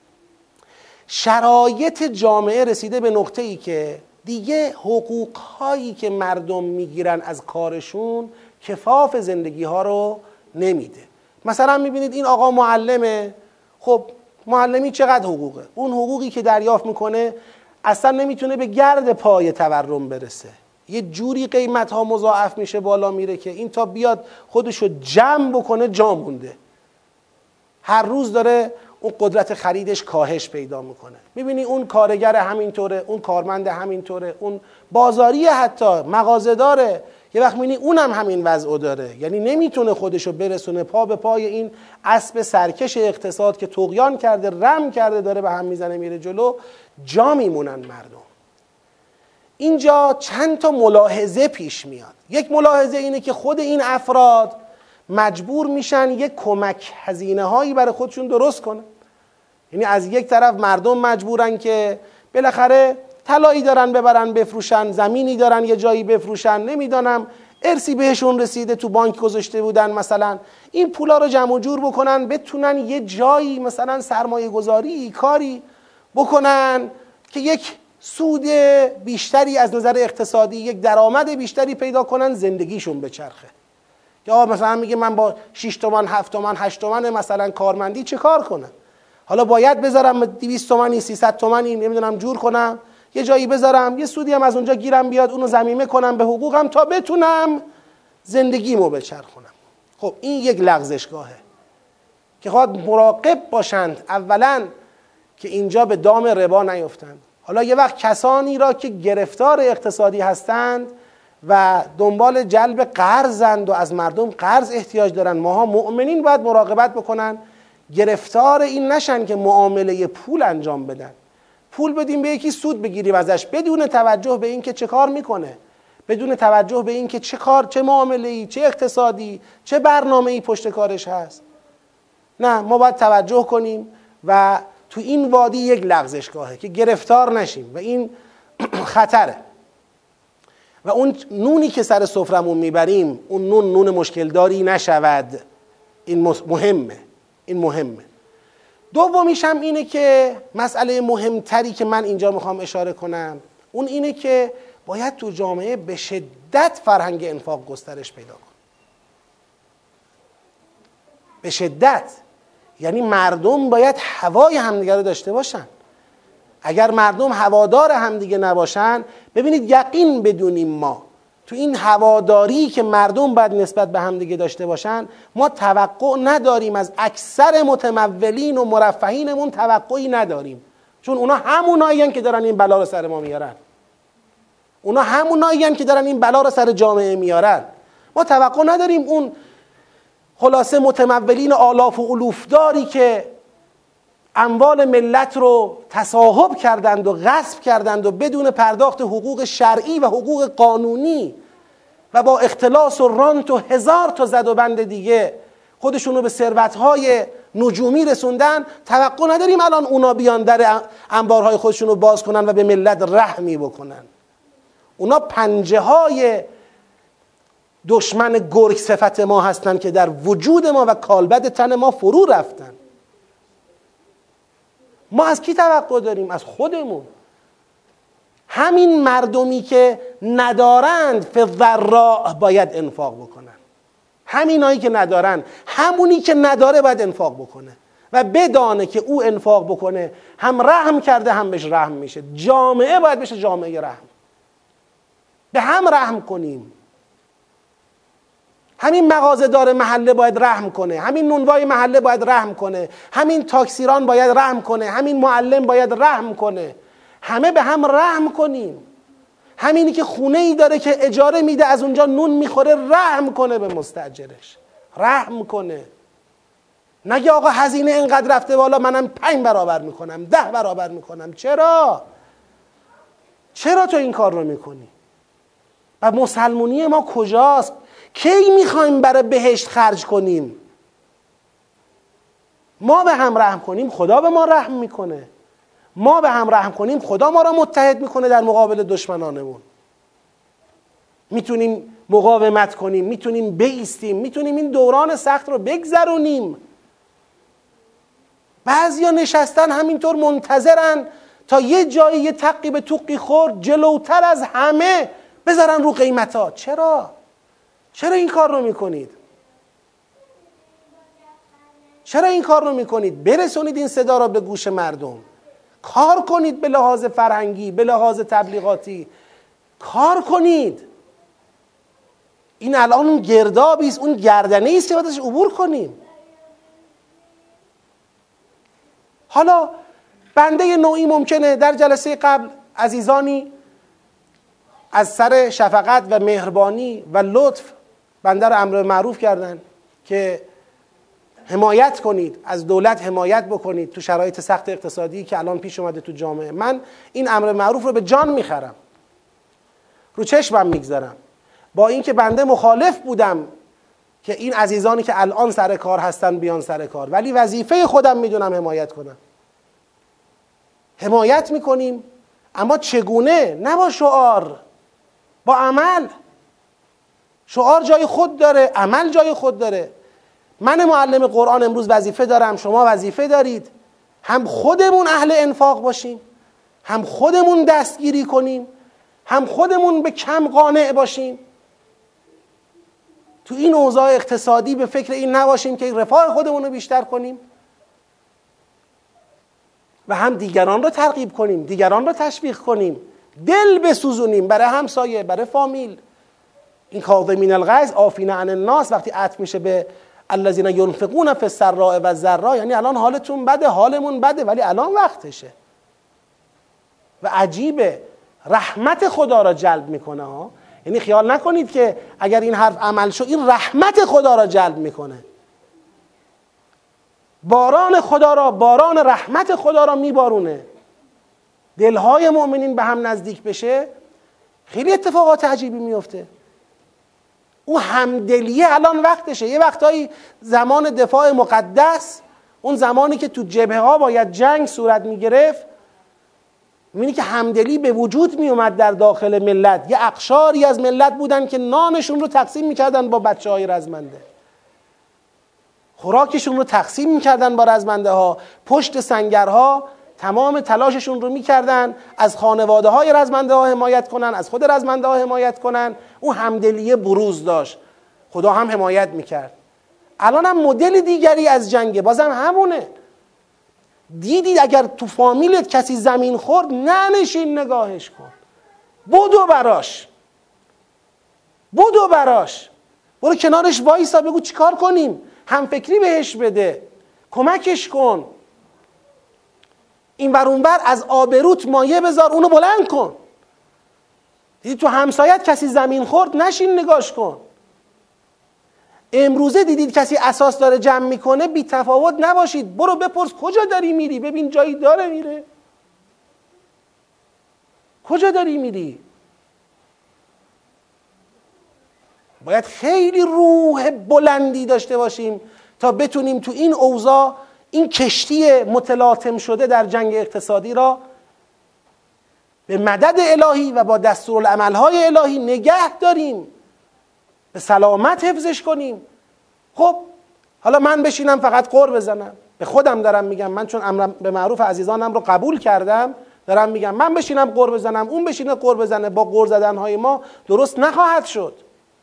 شرایط جامعه رسیده به نقطه‌ای که دیگه حقوق‌هایی که مردم میگیرن از کارشون کفاف زندگی ها رو نمیده. مثلا میبینید این آقا معلمه، خب معلمی چقدر حقوقه؟ اون حقوقی که دریافت میکنه اصلا نمیتونه به گرد پای تورم برسه. یه جوری قیمت ها مضاعف میشه بالا میره که این تا بیاد خودشو جمع بکنه جا مونده. هر روز داره اون قدرت خریدش کاهش پیدا میکنه. میبینی اون کارگر همینطوره، اون کارمند همینطوره، اون بازاری حتی مغازه‌داره یه وقت میبینی اونم همین وضعو داره. یعنی نمیتونه خودشو برسونه پا به پای این اسب سرکش اقتصاد که طغیان کرده، رم کرده، داره به هم میزنه میره جلو، جا میمونن مردم. اینجا چند تا ملاحظه پیش میاد. یک ملاحظه اینه که خود این افراد مجبور میشن یک کمک هزینه هایی برای خودشون درست کنن. یعنی از یک طرف مردم مجبورن که بالاخره طلایی دارن ببرن بفروشن، زمینی دارن یه جایی بفروشن، نمیدانم ارثی بهشون رسیده، تو بانک گذاشته بودن مثلا، این پولا رو جمع و جور بکنن بتونن یه جایی مثلا سرمایه گذاری کاری بکنن که یک سود بیشتری از نظر اقتصادی، یک درآمد بیشتری پیدا کنن، زندگیشون بچرخه. یا مثلا میگه من با 6 تومن 7 تومن 8 تومن مثلا کارمندی چه کار کنم؟ حالا باید بذارم 200 تومانی 300 تومانی نمیدونم جور کنم یه جایی بذارم، یه سودی هم از اونجا گیرم بیاد، اونو ضمیمه کنم به حقوقم تا بتونم زندگیمو بچرخونم. خب این یک لغزشگاهه که خواهد مراقب باشند اولا که اینجا به دام ربا نیفتند. حالا یه وقت کسانی را که گرفتار اقتصادی هستند و دنبال جلب قرضند و از مردم قرض احتیاج دارن، ماها مؤمنین باید مراقبت بکنن گرفتار این نشن که معامله پول انجام بدن. پول بدیم به یکی سود بگیریم ازش بدون توجه به این که چه کار میکنه، بدون توجه به این که چه کار، چه معامله‌ای، چه اقتصادی، چه برنامه‌ای پشت کارش هست. نه، ما باید توجه کنیم و تو این وادی یک لغزشگاهه که گرفتار نشیم و این خطره. و اون نونی که سر سفرمون میبریم اون نون مشکل داری نشود. این مهمه. این مهمه. دومیش هم اینه که مسئله مهمتری که من اینجا میخوام اشاره کنم اون اینه که باید تو جامعه به شدت فرهنگ انفاق گسترش پیدا کنه. به شدت. یعنی مردم باید هوای همدیگه رو داشته باشن. اگر مردم هوادار همدیگه نباشن، ببینید یقین بدونیم ما تو این هواداری که مردم باید نسبت به همدیگه داشته باشن، ما توقع نداریم از اکثر متمولین و مرفهینمون، توقعی نداریم، چون اونا همونایین که دارن این بلا رو سر ما میارن. اونا همونایین که دارن این بلا رو سر جامعه میارن. ما توقع نداریم اون خلاصه متمولین آلاف و الوفداری که اموال ملت رو تصاحب کردند و غصب کردند و بدون پرداخت حقوق شرعی و حقوق قانونی و با اختلاس و رانت و 1000 تا زد و بند دیگه خودشون رو به ثروت‌های نجومی رسوندن، توقع نداریم الان اونا بیان در انبارهای خودشون رو باز کنن و به ملت رحمی بکنن. اونا پنجه های دشمن گرگ صفت ما هستن که در وجود ما و کالبد تن ما فرو رفتن. ما از کی توقع داریم؟ از خودمون. همین مردمی که ندارند فی الضراء باید انفاق بکنن. همینایی که ندارن، همونی که نداره باید انفاق بکنه و بدانه که او انفاق بکنه هم رحم کرده هم بهش رحم میشه. جامعه باید بشه جامعه رحم. به هم رحم کنیم. همین مغازه‌دار محله باید رحم کنه، همین نونوای محله باید رحم کنه، همین تاکسیران باید رحم کنه، همین معلم باید رحم کنه. همه به هم رحم کنیم. همینی که خونه ای داره که اجاره میده از اونجا نون میخوره رحم کنه به مستاجرش، رحم کنه. نگه آقا هزینه اینقدر رفته بالا منم 5 برابر میکنم 10 برابر میکنم. چرا تو این کار رو میکنی؟ و مسلمونی ما کجاست؟ کی میخوایم برای بهشت خرج کنیم؟ ما به هم رحم کنیم خدا به ما رحم میکنه. ما به هم رحم کنیم خدا ما را متحد میکنه در مقابل دشمنانمون. میتونیم مقاومت کنیم، میتونیم بایستیم، میتونیم این دوران سخت رو بگذرونیم. بعضیا نشستن همینطور منتظرن تا یه جایی یه تقی به توقی خورد جلوتر از همه بذارن رو قیمتا. چرا این کار رو میکنید؟ چرا این کار رو میکنید؟ برسونید این صدا را به گوش مردم. کار کنید به لحاظ فرهنگی، به لحاظ تبلیغاتی. کار کنید. این الان اون گردابی است، اون گردنه ایست که باید ازش عبور کنیم. حالا بنده نوعی ممکنه در جلسه قبل عزیزانی از سر شفقت و مهربانی و لطف بنده رو امر معروف کردن که حمایت کنید، از دولت حمایت بکنید تو شرایط سخت اقتصادی که الان پیش اومده تو جامعه. من این امر معروف رو به جان میخرم، رو چشمم میگذارم، با اینکه بنده مخالف بودم که این عزیزانی که الان سر کار هستن بیان سر کار، ولی وظیفه خودم میدونم حمایت کنم. حمایت میکنیم، اما چگونه؟ نه با شعار، با عمل. شعار جای خود داره، عمل جای خود داره. من معلم قرآن امروز وظیفه دارم، شما وظیفه دارید، هم خودمون اهل انفاق باشیم، هم خودمون دستگیری کنیم، هم خودمون به کم قانع باشیم. تو این اوضاع اقتصادی به فکر این نباشیم که رفاه خودمون رو بیشتر کنیم و هم دیگران رو ترغیب کنیم، دیگران رو تشویق کنیم، دل بسوزونیم برای همسایه، برای فامیل. این کاظمین الغیظ عافین عن الناس وقتی عطف میشه به الذین ینفقون فی السراء و الضراء، یعنی الان حالتون بده، حالمون بده، ولی الان وقتشه. و عجیبه، رحمت خدا را جلب میکنه ها. یعنی خیال نکنید که اگر این حرف عمل شد این رحمت خدا را جلب میکنه. باران خدا را، باران رحمت خدا را میبارونه. دلهای مؤمنین به هم نزدیک بشه، خیلی اتفاقات عجیبی میفته. اون همدلیه الان وقتشه. یه وقتایی زمان دفاع مقدس، اون زمانی که تو جبهه ها باید جنگ صورت میگرفت، میبینی که همدلی به وجود میومد در داخل ملت. یه اقشاری از ملت بودن که نانشون رو تقسیم میکردن با بچه های رزمنده، خوراکشون رو تقسیم میکردن با رزمنده ها، پشت سنگرها تمام تلاششون رو میکردن از خانواده های رزمنده ها حمایت کنن، از خود رزمنده ها حمایت کنن. اون همدلیه بروز داشت، خدا هم حمایت میکرد. الان هم مدل دیگری از جنگه، بازم همونه. دیدید اگر تو فامیلت کسی زمین خورد، ننشین نگاهش کن، بدو براش، بدو براش، برو کنارش وایسا، بگو چیکار کنیم، هم فکری بهش بده، کمکش کن. این ور اون ور از آبروت مایه بذار، اونو بلند کن. دیدی تو همسایت کسی زمین خورد، نشین نگاش کن. امروزه دیدید کسی اساس داره جمع میکنه، بی تفاوت نباشید، برو بپرس کجا داری میری، ببین جایی داره میره، کجا داری میری. باید خیلی روح بلندی داشته باشیم تا بتونیم تو این اوضاع این کشتی متلاطم شده در جنگ اقتصادی را به مدد الهی و با دستورالعملهای الهی نگه داریم، به سلامت حفظش کنیم. خب حالا من بشینم فقط قر بزنم، به خودم دارم میگم، من چون امر به معروف عزیزانم رو قبول کردم دارم میگم، من بشینم قر بزنم، اون بشینه قر بزنه، با قر زدنهای ما درست نخواهد شد.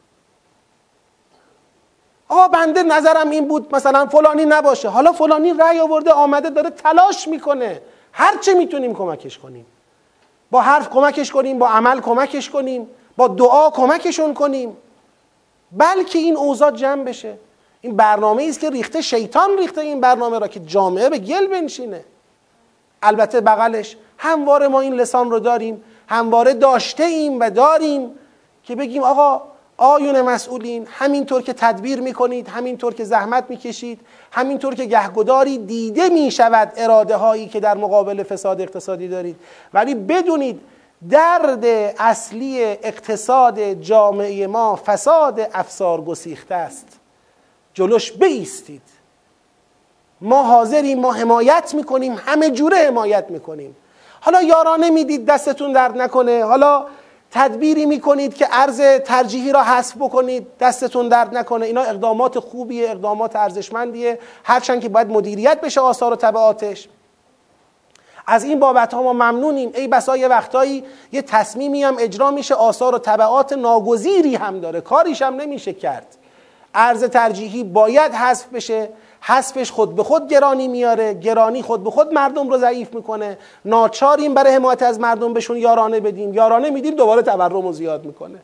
آقا بنده نظرم این بود مثلا فلانی نباشه، حالا فلانی رأی آورده آمده داره تلاش میکنه، هر چه میتونیم کمکش کنیم، با حرف کمکش کنیم، با عمل کمکش کنیم، با دعا کمکشون کنیم، بلکه این اوضاع جمع بشه. این برنامه است که ریخته، شیطان ریخته این برنامه را که جامعه به گل بنشینه. البته بغلش همواره ما این لسان رو داریم، همواره داشته ایم و داریم که بگیم آقا آیون مسئولین، همینطور که تدبیر میکنید، همینطور که زحمت میکشید، همینطور که گهگداری دیده میشود اراده هایی که در مقابل فساد اقتصادی دارید، ولی بدونید درد اصلی اقتصاد جامعه ما فساد افسار گسیخته است. جلوش بایستید. ما حاضریم، ما حمایت میکنیم، همه جوره حمایت میکنیم. حالا یارانه میدید دستتون درد نکنه، حالا تدبیری میکنید که ارز ترجیحی را حذف بکنید دستتون درد نکنه. اینا اقدامات خوبیه، اقدامات ارزشمندیه، هرچند که باید مدیریت بشه آثار و تبعاتش. از این بابت ها ما ممنونیم. ای بسا یه وقتایی یه تصمیمی هم اجرا میشه آثار و تبعات ناگزیری هم داره، کاریش هم نمیشه کرد. ارز ترجیحی باید حذف بشه، حذفش خود به خود گرانی میاره، گرانی خود به خود مردم رو ضعیف میکنه، ناچاریم برای حمایت از مردم بهشون یارانه بدیم، یارانه میدیم دوباره تورم رو زیاد میکنه.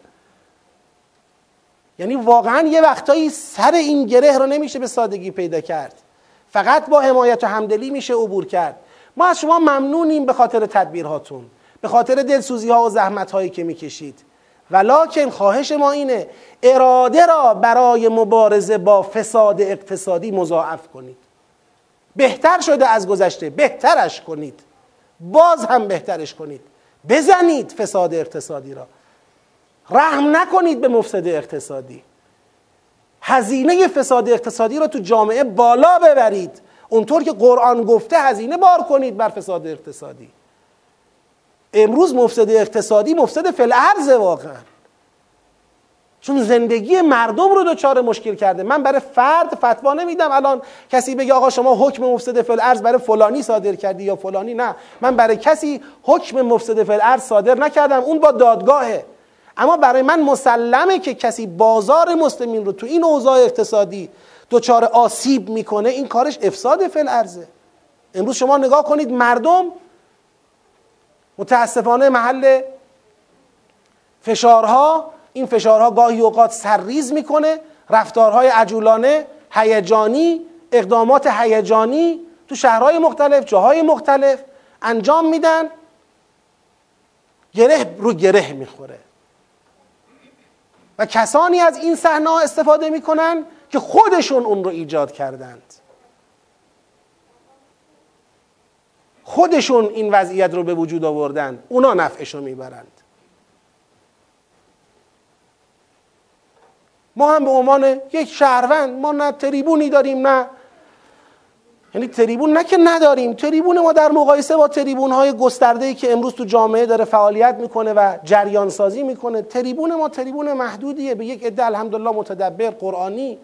یعنی واقعا یه وقتایی سر این گره رو نمیشه به سادگی پیدا کرد، فقط با حمایت و همدلی میشه عبور کرد. ما از شما ممنونیم به خاطر تدبیرهاتون، به خاطر دلسوزی ها و زحمت هایی که میکشید، ولکن خواهش ما اینه اراده را برای مبارزه با فساد اقتصادی مضاعف کنید. بهتر شده از گذشته، بهترش کنید، باز هم بهترش کنید، بزنید فساد اقتصادی را، رحم نکنید به مفسد اقتصادی، هزینه فساد اقتصادی را تو جامعه بالا ببرید، اونطور که قرآن گفته هزینه بار کنید بر فساد اقتصادی. امروز مفسد اقتصادی مفسد فی الارض واقعا. چون زندگی مردم رو دچار مشکل کرده. من برای فرد فتوا نمیدم الان کسی بگه آقا شما حکم مفسد فی الارض برای فلانی صادر کردی یا فلانی. نه، من برای کسی حکم مفسد فی الارض صادر نکردم، اون با دادگاهه. اما برای من مسلمه که کسی بازار مسلمین رو تو این اوضاع اقتصادی دچار آسیب میکنه، این کارش افساد فی الارضه. امروز شما نگاه کنید مردم متاسفانه محل فشارها، این فشارها گاهی اوقات سرریز میکنه، رفتارهای عجولانه، هیجانی، اقدامات هیجانی تو شهرهای مختلف، جاهای مختلف انجام میدن، گره رو گره میخوره و کسانی از این صحنه استفاده میکنن که خودشون اون رو ایجاد کردند، خودشون این وضعیت رو به وجود آوردن، اونا نفعش رو میبرند. ما هم به عنوان یک شهروند، ما نه تریبونی داریم، نه یعنی تریبون نه که نداریم، تریبون ما در مقایسه با تریبون‌های گسترده‌ای که امروز تو جامعه داره فعالیت میکنه و جریان سازی میکنه، تریبون ما تریبون محدودیه به یک عده الحمدلله متدبر قرآنی.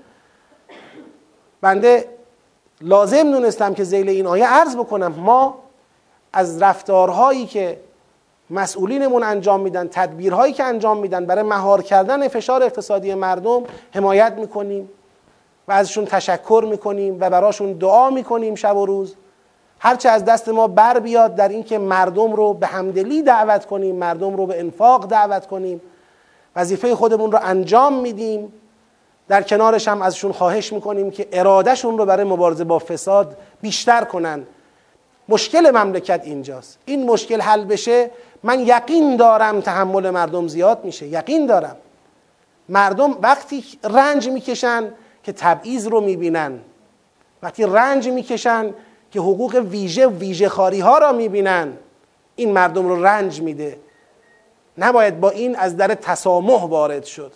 بنده لازم دونستم که ذیل این آیه عرض بکنم ما از رفتارهایی که مسئولینمون انجام میدن، تدبیرهایی که انجام میدن برای مهار کردن فشار اقتصادی مردم حمایت میکنیم و ازشون تشکر میکنیم و براشون دعا میکنیم شب و روز. هرچه از دست ما بر بیاد در اینکه مردم رو به همدلی دعوت کنیم، مردم رو به انفاق دعوت کنیم، وظیفه خودمون رو انجام میدیم. در کنارش هم ازشون خواهش میکنیم که ارادهشون رو برای مبارزه با فساد بیشتر کنن. مشکل مملکت اینجاست. این مشکل حل بشه، من یقین دارم تحمل مردم زیاد میشه. یقین دارم مردم وقتی رنج میکشن که تبعیض رو میبینن، وقتی رنج میکشن که حقوق ویژه خاری ها را میبینن، این مردم رو رنج میده. نباید با این از در تسامح وارد شد.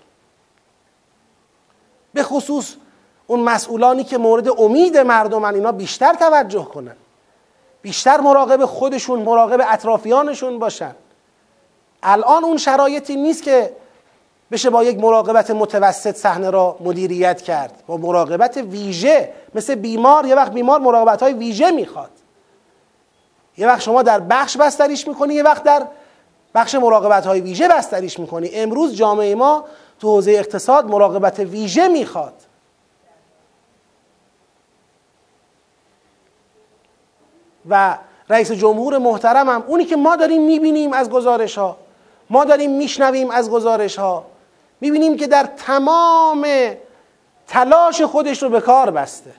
به خصوص اون مسئولانی که مورد امید مردمن، اینا بیشتر توجه کنن، بیشتر مراقب خودشون، مراقب اطرافیانشون باشن. الان اون شرایطی نیست که بشه با یک مراقبت متوسط صحنه را مدیریت کرد. با مراقبت ویژه، مثل بیمار، یه وقت بیمار مراقبت‌های ویژه میخواد. یه وقت شما در بخش بستریش میکنی، یه وقت در بخش مراقبت‌های ویژه بستریش میکنی. امروز جامعه ما تو حوزه اقتصاد مراقبت ویژه میخواد. و رئیس جمهور محترم هم اونی که ما داریم میبینیم از گزارش ها، ما داریم میشنویم از گزارش ها، میبینیم که در تمام تلاش خودش رو به کار بسته.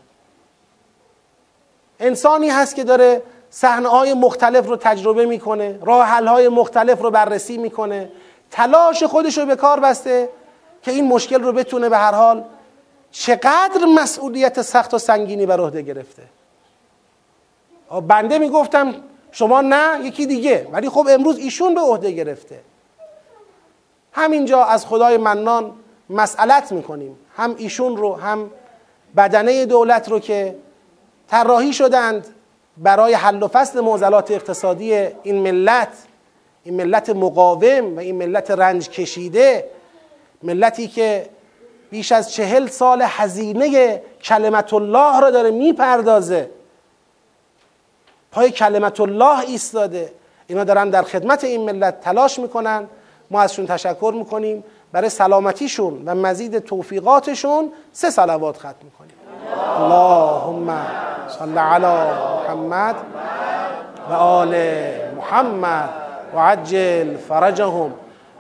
انسانی هست که داره صحنه‌های مختلف رو تجربه میکنه، راه حل‌های مختلف رو بررسی میکنه، تلاش خودش رو به کار بسته که این مشکل رو بتونه به هر حال، چقدر مسئولیت سخت و سنگینی بر عهده گرفته. بنده میگفتم شما نه، یکی دیگه، ولی خب امروز ایشون به عهده گرفته. همینجا از خدای منان مسئلت میکنیم، هم ایشون رو هم بدنه دولت رو که طراحی شدند برای حل و فصل معضلات اقتصادی این ملت مقاوم و این ملت رنج کشیده، ملتی که بیش از 40 سال هزینه کلمت الله را داره میپردازه، پای کلمت الله ایستاده. اینا دارن در خدمت این ملت تلاش میکنن. ما ازشون تشکر میکنیم. برای سلامتیشون و مزید توفیقاتشون 3 صلوات ختم میکنیم. اللهم صل علی محمد و آل محمد و عجل فرجهم.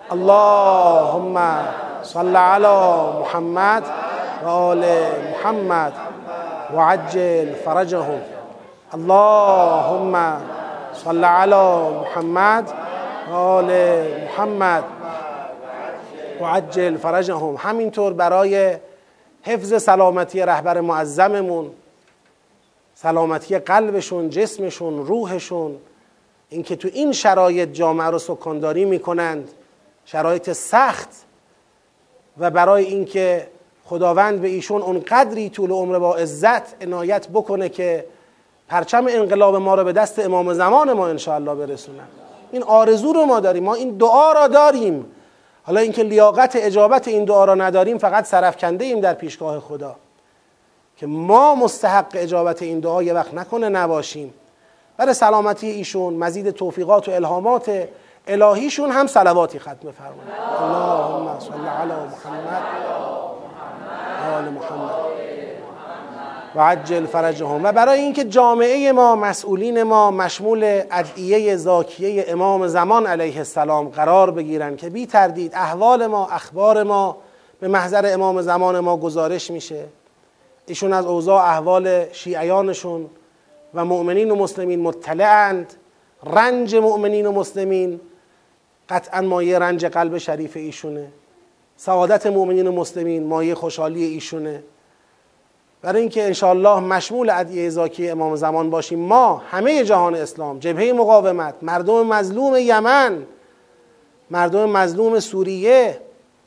اللهم صل علی محمد و آل محمد و عجل فرجهم. اللهم صل علی محمد و آل محمد و عجل فرجهم. همینطور برای حفظ سلامتی رهبر معظممون، سلامتی قلبشون، جسمشون، روحشون، اینکه تو این شرایط جامعه رو سکانداری میکنند، شرایط سخت، و برای اینکه خداوند به ایشون اون قدری طول عمر با عزت عنایت بکنه که پرچم انقلاب ما رو به دست امام زمان ما انشاءالله برسونن. این آرزو رو ما داریم، ما این دعا را داریم. حالا اینکه لیاقت اجابت این دعا را نداریم، فقط سرفکنده ایم در پیشگاه خدا که ما مستحق اجابت این دعا یه وقت نکنه نباشیم. برای سلامتی ایشون، مزید توفیقات و الهامات الهیشون هم صلواتی ختم فرمایید. اللهم صل علی محمد آل محمد و عجل فرجهم. و برای اینکه جامعه ما، مسئولین ما مشمول ادعیه زاکیه امام زمان علیه السلام قرار بگیرن که بی تردید احوال ما، اخبار ما به محضر امام زمان ما گزارش میشه. ایشون از اوضاع احوال شیعیانشون و مؤمنین و مسلمین مطلعند. رنج مؤمنین و مسلمین قطعا مایه رنج قلب شریف ایشونه. سعادت مؤمنین و مسلمین مایه خوشحالی ایشونه. برای اینکه انشاءالله مشمول ادعیه زاکی امام زمان باشیم، ما همه جهان اسلام، جبهه مقاومت، مردم مظلوم یمن، مردم مظلوم سوریه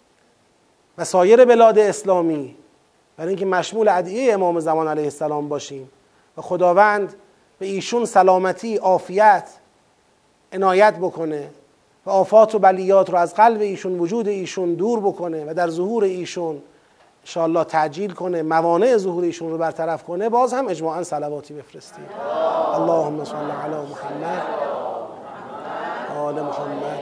و سایر بلاد اسلامی، برای اینکه مشمول ادعیه امام زمان علیه السلام باشیم و خداوند به ایشون سلامتی، عافیت عنایت بکنه و آفات و بلیات رو از قلب ایشون، وجود ایشون دور بکنه و در ظهور ایشون انشاءالله تعجیل کنه، موانع ظهور ایشون رو برطرف کنه. باز هم اجماعاً صلواتی بفرستید. اللهم صل علی محمد آل محمد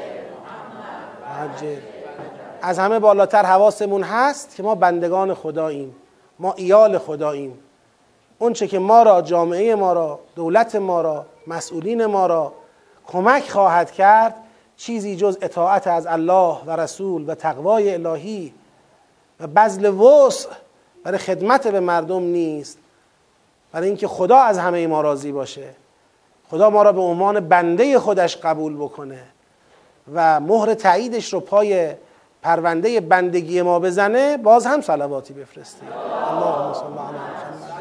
عجل. از همه بالاتر حواسمون هست که ما بندگان خداییم، ما ایال خداییم. اون چه که ما را، جامعه ما را، دولت ما را، مسئولین ما را کمک خواهد کرد، چیزی جز اطاعت از الله و رسول و تقوای الهی و بذل وسع برای خدمت به مردم نیست. برای اینکه خدا از همه ما راضی باشه، خدا ما را به عنوان بنده خودش قبول بکنه و مهر تاییدش رو پای پرونده بندگی ما بزنه، باز هم صلواتی بفرستید. اللهم صل علی محمد.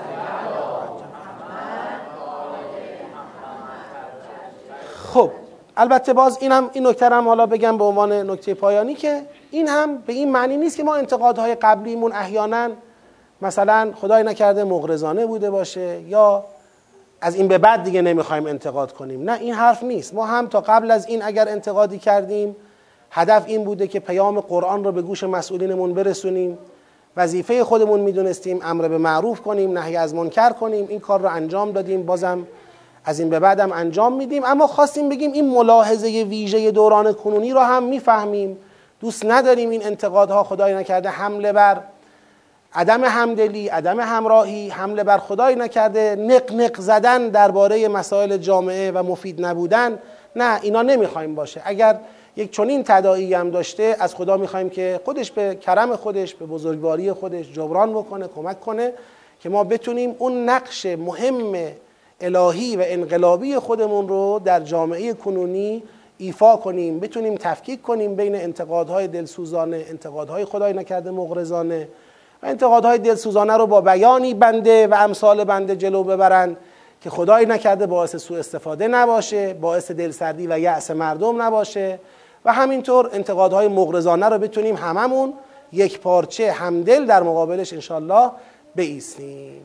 خب البته باز این نکته هم حالا بگم به عنوان نکته پایانی که این هم به این معنی نیست که ما انتقادهای قبلیمون احیانا مثلا خدای نکرده مغرضانه بوده باشه یا از این به بعد دیگه نمیخوایم انتقاد کنیم. نه، این حرف نیست. ما هم تا قبل از این اگر انتقادی کردیم، هدف این بوده که پیام قرآن رو به گوش مسئولینمون برسونیم. وظیفه خودمون میدونستیم امر به معروف کنیم، نهی از منکر کنیم. این کار رو انجام دادیم، بازم از این به بعدم انجام میدیم. اما خواستیم بگیم این ملاحظه ویژه دوران کنونی رو هم میفهمیم. دوست نداریم این انتقادها خدای نکرده حمله بر عدم همدلی، عدم همراهی، حمله بر خدای نکرده نق زدن درباره مسائل جامعه و مفید نبودن. نه، اینا نمیخوایم باشه. اگر یک چنین تداعی هم داشته، از خدا میخوایم که خودش به کرم خودش، به بزرگواری خودش جبران بکنه، کمک کنه که ما بتونیم اون نقش مهم الهی و انقلابی خودمون رو در جامعه کنونی ایفا کنیم، بتونیم تفکیک کنیم بین انتقادهای دلسوزانه، انتقادهای خدای نکرده مغرضانه و انتقادهای دلسوزانه رو با بیانی بنده و امثال بنده جلو ببرند که خدای نکرده باعث سوء استفاده نباشه، باعث دلسردی و یأس مردم نباشه، و همینطور انتقادهای مغرضانه رو بتونیم هممون یک پارچه همدل در مقابلش انشالله بایستیم.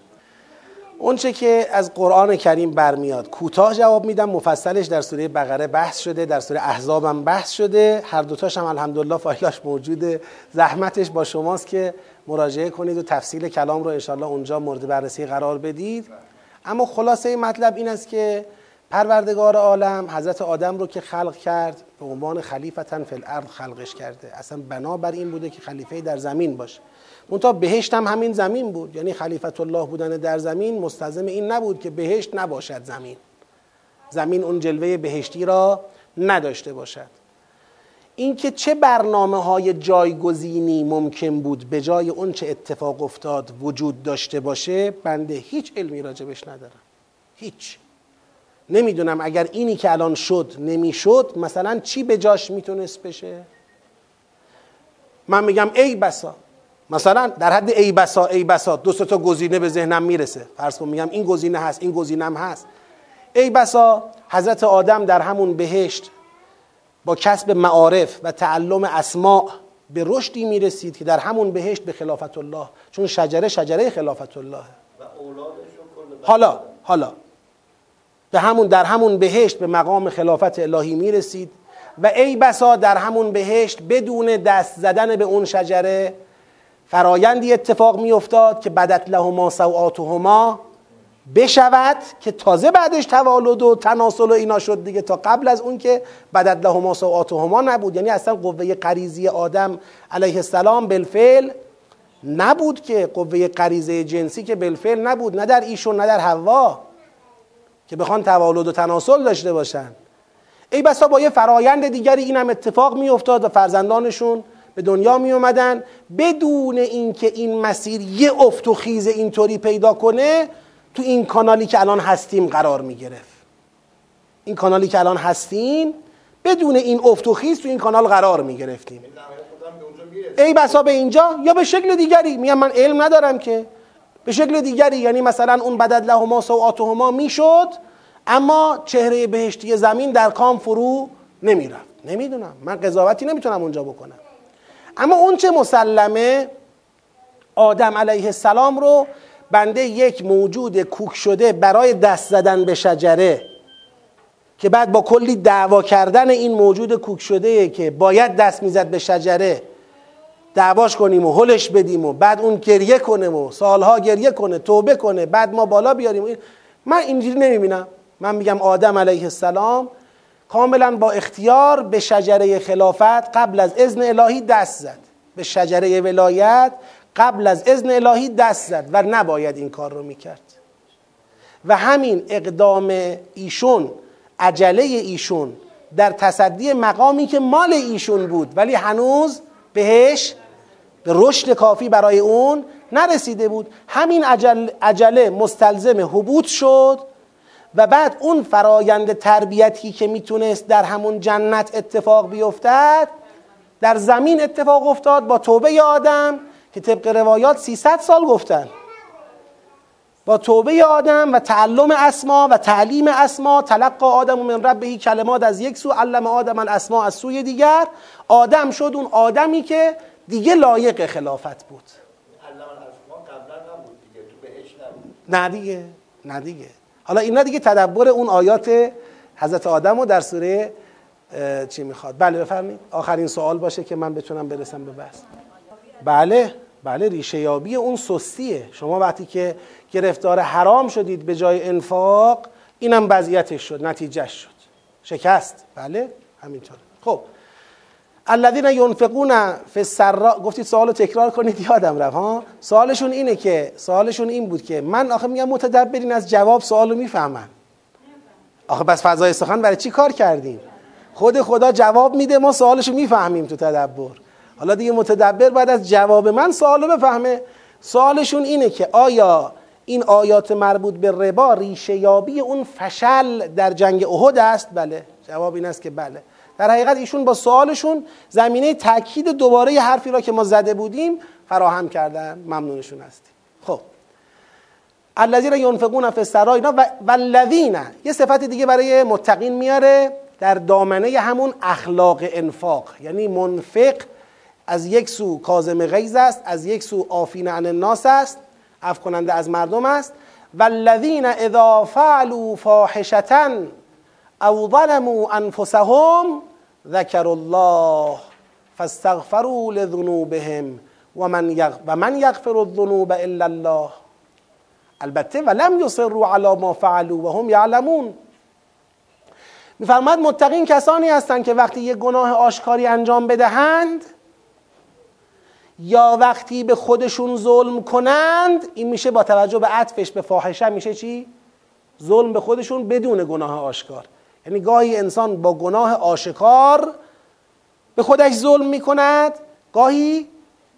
اون چه که از قرآن کریم برمیاد کوتاه جواب میدم. مفصلش در سوره بقره بحث شده، در سوره احزاب هم بحث شده. هر دوتاش هم الحمدلله فایلاش موجوده. زحمتش با شماست که مراجعه کنید و تفصیل کلام رو انشالله اونجا مورد بررسی قرار بدید. اما خلاصه مطلب این است که پروردگار عالم حضرت آدم رو که خلق کرد به عنوان خلیفتن فی الارض خلقش کرده. اصلا بنا بر این بوده که خلیفه در زمین باشه. منتها بهشت هم همین زمین بود. یعنی خلیفت الله بودن در زمین مستلزم این نبود که بهشت نباشد زمین اون جلوه بهشتی را نداشته باشد. اینکه چه برنامه‌های جایگزینی ممکن بود به جای اون چه اتفاق افتاد وجود داشته باشه، بنده هیچ علمی راجبش ندارم. هیچ. نمیدونم اگر اینی که الان شد نمیشد مثلا چی به جاش میتونست بشه. من میگم ای بسا، مثلا در حد ای بسا دو سه تا گزینه به ذهنم میرسه. فرض کن میگم این گزینه هست، این گزینم هست. ای بسا حضرت آدم در همون بهشت با کسب معارف و تعلم اسماء به رشدی میرسید که در همون بهشت به خلافت الله، چون شجره خلافت الله حالا در همون بهشت به مقام خلافت الهی میرسید. و ای بسا در همون بهشت بدون دست زدن به اون شجره فرایندی اتفاق می افتاد که بدت لهما سوآتهما بشود، که تازه بعدش توالد و تناسل و اینا شد دیگه، تا قبل از اون که بدت لهما سوآتهما نبود. یعنی اصلا قوه غریزی آدم علیه السلام بالفعل نبود، که قوه غریزه جنسی که بالفعل نبود، نه در ایشون نه در حوا که بخوان توالد و تناسل داشته باشن. ای بسا با یه فرایند دیگری این هم اتفاق می افتاد و فرزندانشون به دنیا می اومدن بدون اینکه این مسیر یه افت و خیز اینطوری پیدا کنه تو این کانالی که الان هستیم قرار می گرفت. این کانالی که الان هستیم بدون این افت و خیز تو این کانال قرار می گرفتیم. ای بسا به اینجا یا به شکل دیگری، میگم من علم ندارم که به شکل دیگری، یعنی مثلا اون بدت لهما سوآتهما میشد اما چهره بهشتی زمین در کام فرو نمیرفت. نمیدونم، من قضاوتی نمیتونم اونجا بکنم. اما اون چه مسلمه، آدم علیه السلام رو بنده یک موجود کوک شده برای دست زدن به شجره که بعد با کلی دعوا کردن این موجود کوک شده که باید دست میزد به شجره دعواش کنیم و هلش بدیم و بعد اون گریه کنه و سالها گریه کنه توبه کنه بعد ما بالا بیاریم، من اینجوری نمیبینم. من میگم آدم علیه السلام کاملا با اختیار به شجره خلافت قبل از اذن الهی دست زد، به شجره ولایت قبل از اذن الهی دست زد و نباید این کار رو میکرد. و همین اقدام ایشون، عجله ایشون در تصدی مقامی که مال ایشون بود ولی هنوز بهش به رشد کافی برای اون نرسیده بود، همین عجله مستلزم حبوط شد و بعد اون فرایند تربیتی که میتونست در همون جنت اتفاق بیفتد در زمین اتفاق افتاد با توبه آدم که طبق روایات 300 سال گفتن. با توبه آدم و تعلم اسما و تعلیم اسما، تلقا آدم من ربه کلمات از یک سو، علم آدم الاسما از سوی دیگر، آدم شد اون آدمی که دیگه لایق خلافت بود. علم الاسما قبلا نبود دیگه، تو بهش نبود. نه دیگه. حالا اینا دیگه تدبر اون آیات حضرت آدم رو در سوره چی میخواد. بله بفرمایید، آخرین سوال باشه که من بتونم برسم به بحث. بله ریشه یابی اون سستیه. شما وقتی که گرفتار حرام شدید به جای انفاق، اینم وضعیتش شد، نتیجهش شد شکست. بله همینطوره. خب الذین ینفقون فی السراء، گفتید سوالو تکرار کنید یادم رفت ها. سوالشون این بود که من آخه میگم متدبرین از جواب سوالو میفهمن. آخه بس فضای سخن برای چی کار کردیم؟ خود خدا جواب میده، ما سوالشو میفهمیم تو تدبر. حالا دیگه متدبر بعد از جواب من سوالو بفهمه. سوالشون اینه که آیا این آیات مربوط به ربا ریشه یابی اون فشل در جنگ احد است؟ بله، جواب این است که بله. در حقیقت ایشون با سوالشون زمینه تاکید دوباره ی حرفی را که ما زده بودیم فراهم کردن. ممنونشون هستیم. خب الذین ینفقون فی السراء، اینا و الذین یه صفت دیگه برای متقین میاره در دامنه همون اخلاق انفاق. یعنی منفق از یک سو کاظم غیظ است، از یک سو عافین عن الناس است، عفو کننده از مردم است. والذین اذا فعلوا فاحشة او ظلموا انفسهم ذکروا الله فاستغفروا لذنوبهم و من یغفر الذنوب الا الله. البته ولم یصروا علی ما فعلوا و هم یعلمون. میفرماید متقین کسانی هستند که وقتی یک گناه آشکاری انجام بدهند یا وقتی به خودشون ظلم کنند، این میشه با توجه به عطفش به فاحشه میشه چی؟ ظلم به خودشون بدون گناه آشکار. یعنی گاهی انسان با گناه آشکار به خودش ظلم میکند، گاهی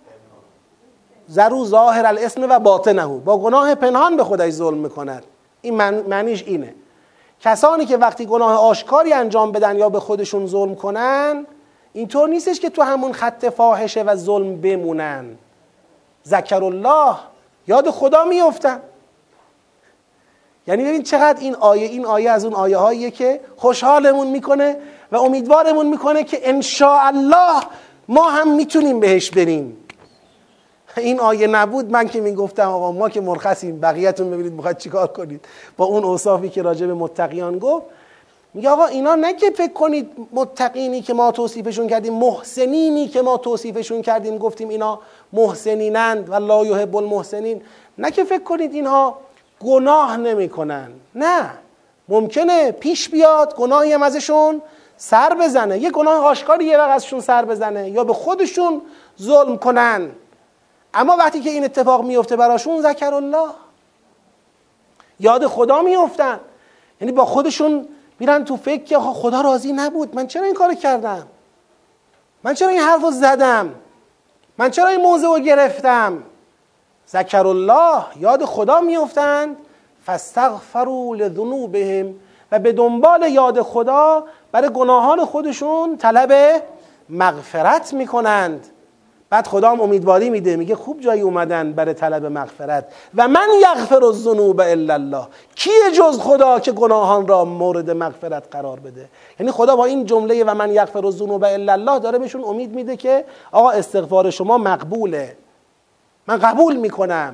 ضرو ظاهر الاسم و باطنه، با گناه پنهان به خودش ظلم میکند. این معنیش اینه. کسانی که وقتی گناه آشکاری انجام بدن یا به خودشون ظلم کنن، اینطور نیستش که تو همون خط فاحشه و ظلم بمونن. ذکر الله، یاد خدا میافتن. یعنی ببین چقدر این آیه از اون آیه هاییه که خوشحالمون میکنه و امیدوارمون میکنه که انشاءالله ما هم میتونیم بهش بریم. این آیه نبود من که میگفتم آقا ما که مرخصیم، بقیه‌تون ببینید میخواید چیکار کنید با اون اوصافی که راجع به متقیان گفت. میگه آقا اینا نه که فکر کنید متقینی که ما توصیفشون کردیم، محسنینی که ما توصیفشون کردیم گفتیم اینا محسنینند و لا یحب المحسنین، نه که فکر کنید اینها گناه نمی کنن. نه، ممکنه پیش بیاد گناهی هم ازشون سر بزنه، یه گناه آشکاری یه وقت ازشون سر بزنه یا به خودشون ظلم کنن، اما وقتی که این اتفاق میفته براشون ذکر الله، یاد خدا میفتن، یعنی با خودشون میرن تو فکر که خدا راضی نبود، من چرا این کارو کردم، من چرا این حرفو زدم، من چرا این موضوع رو گرفتم. ذکر الله، یاد خدا میفتند. فاستغفروا لذنوبهم، و به دنبال یاد خدا برای گناهان خودشون طلب مغفرت میکنند. بعد خدا هم امیدواری میده، میگه خوب جایی اومدن برای طلب مغفرت. و من یغفر الذنوب الا الله، کیه جز خدا که گناهان را مورد مغفرت قرار بده؟ یعنی خدا با این جمله و من یغفر الذنوب الا الله داره بهشون امید میده که آقا استغفار شما مقبوله، من قبول میکنم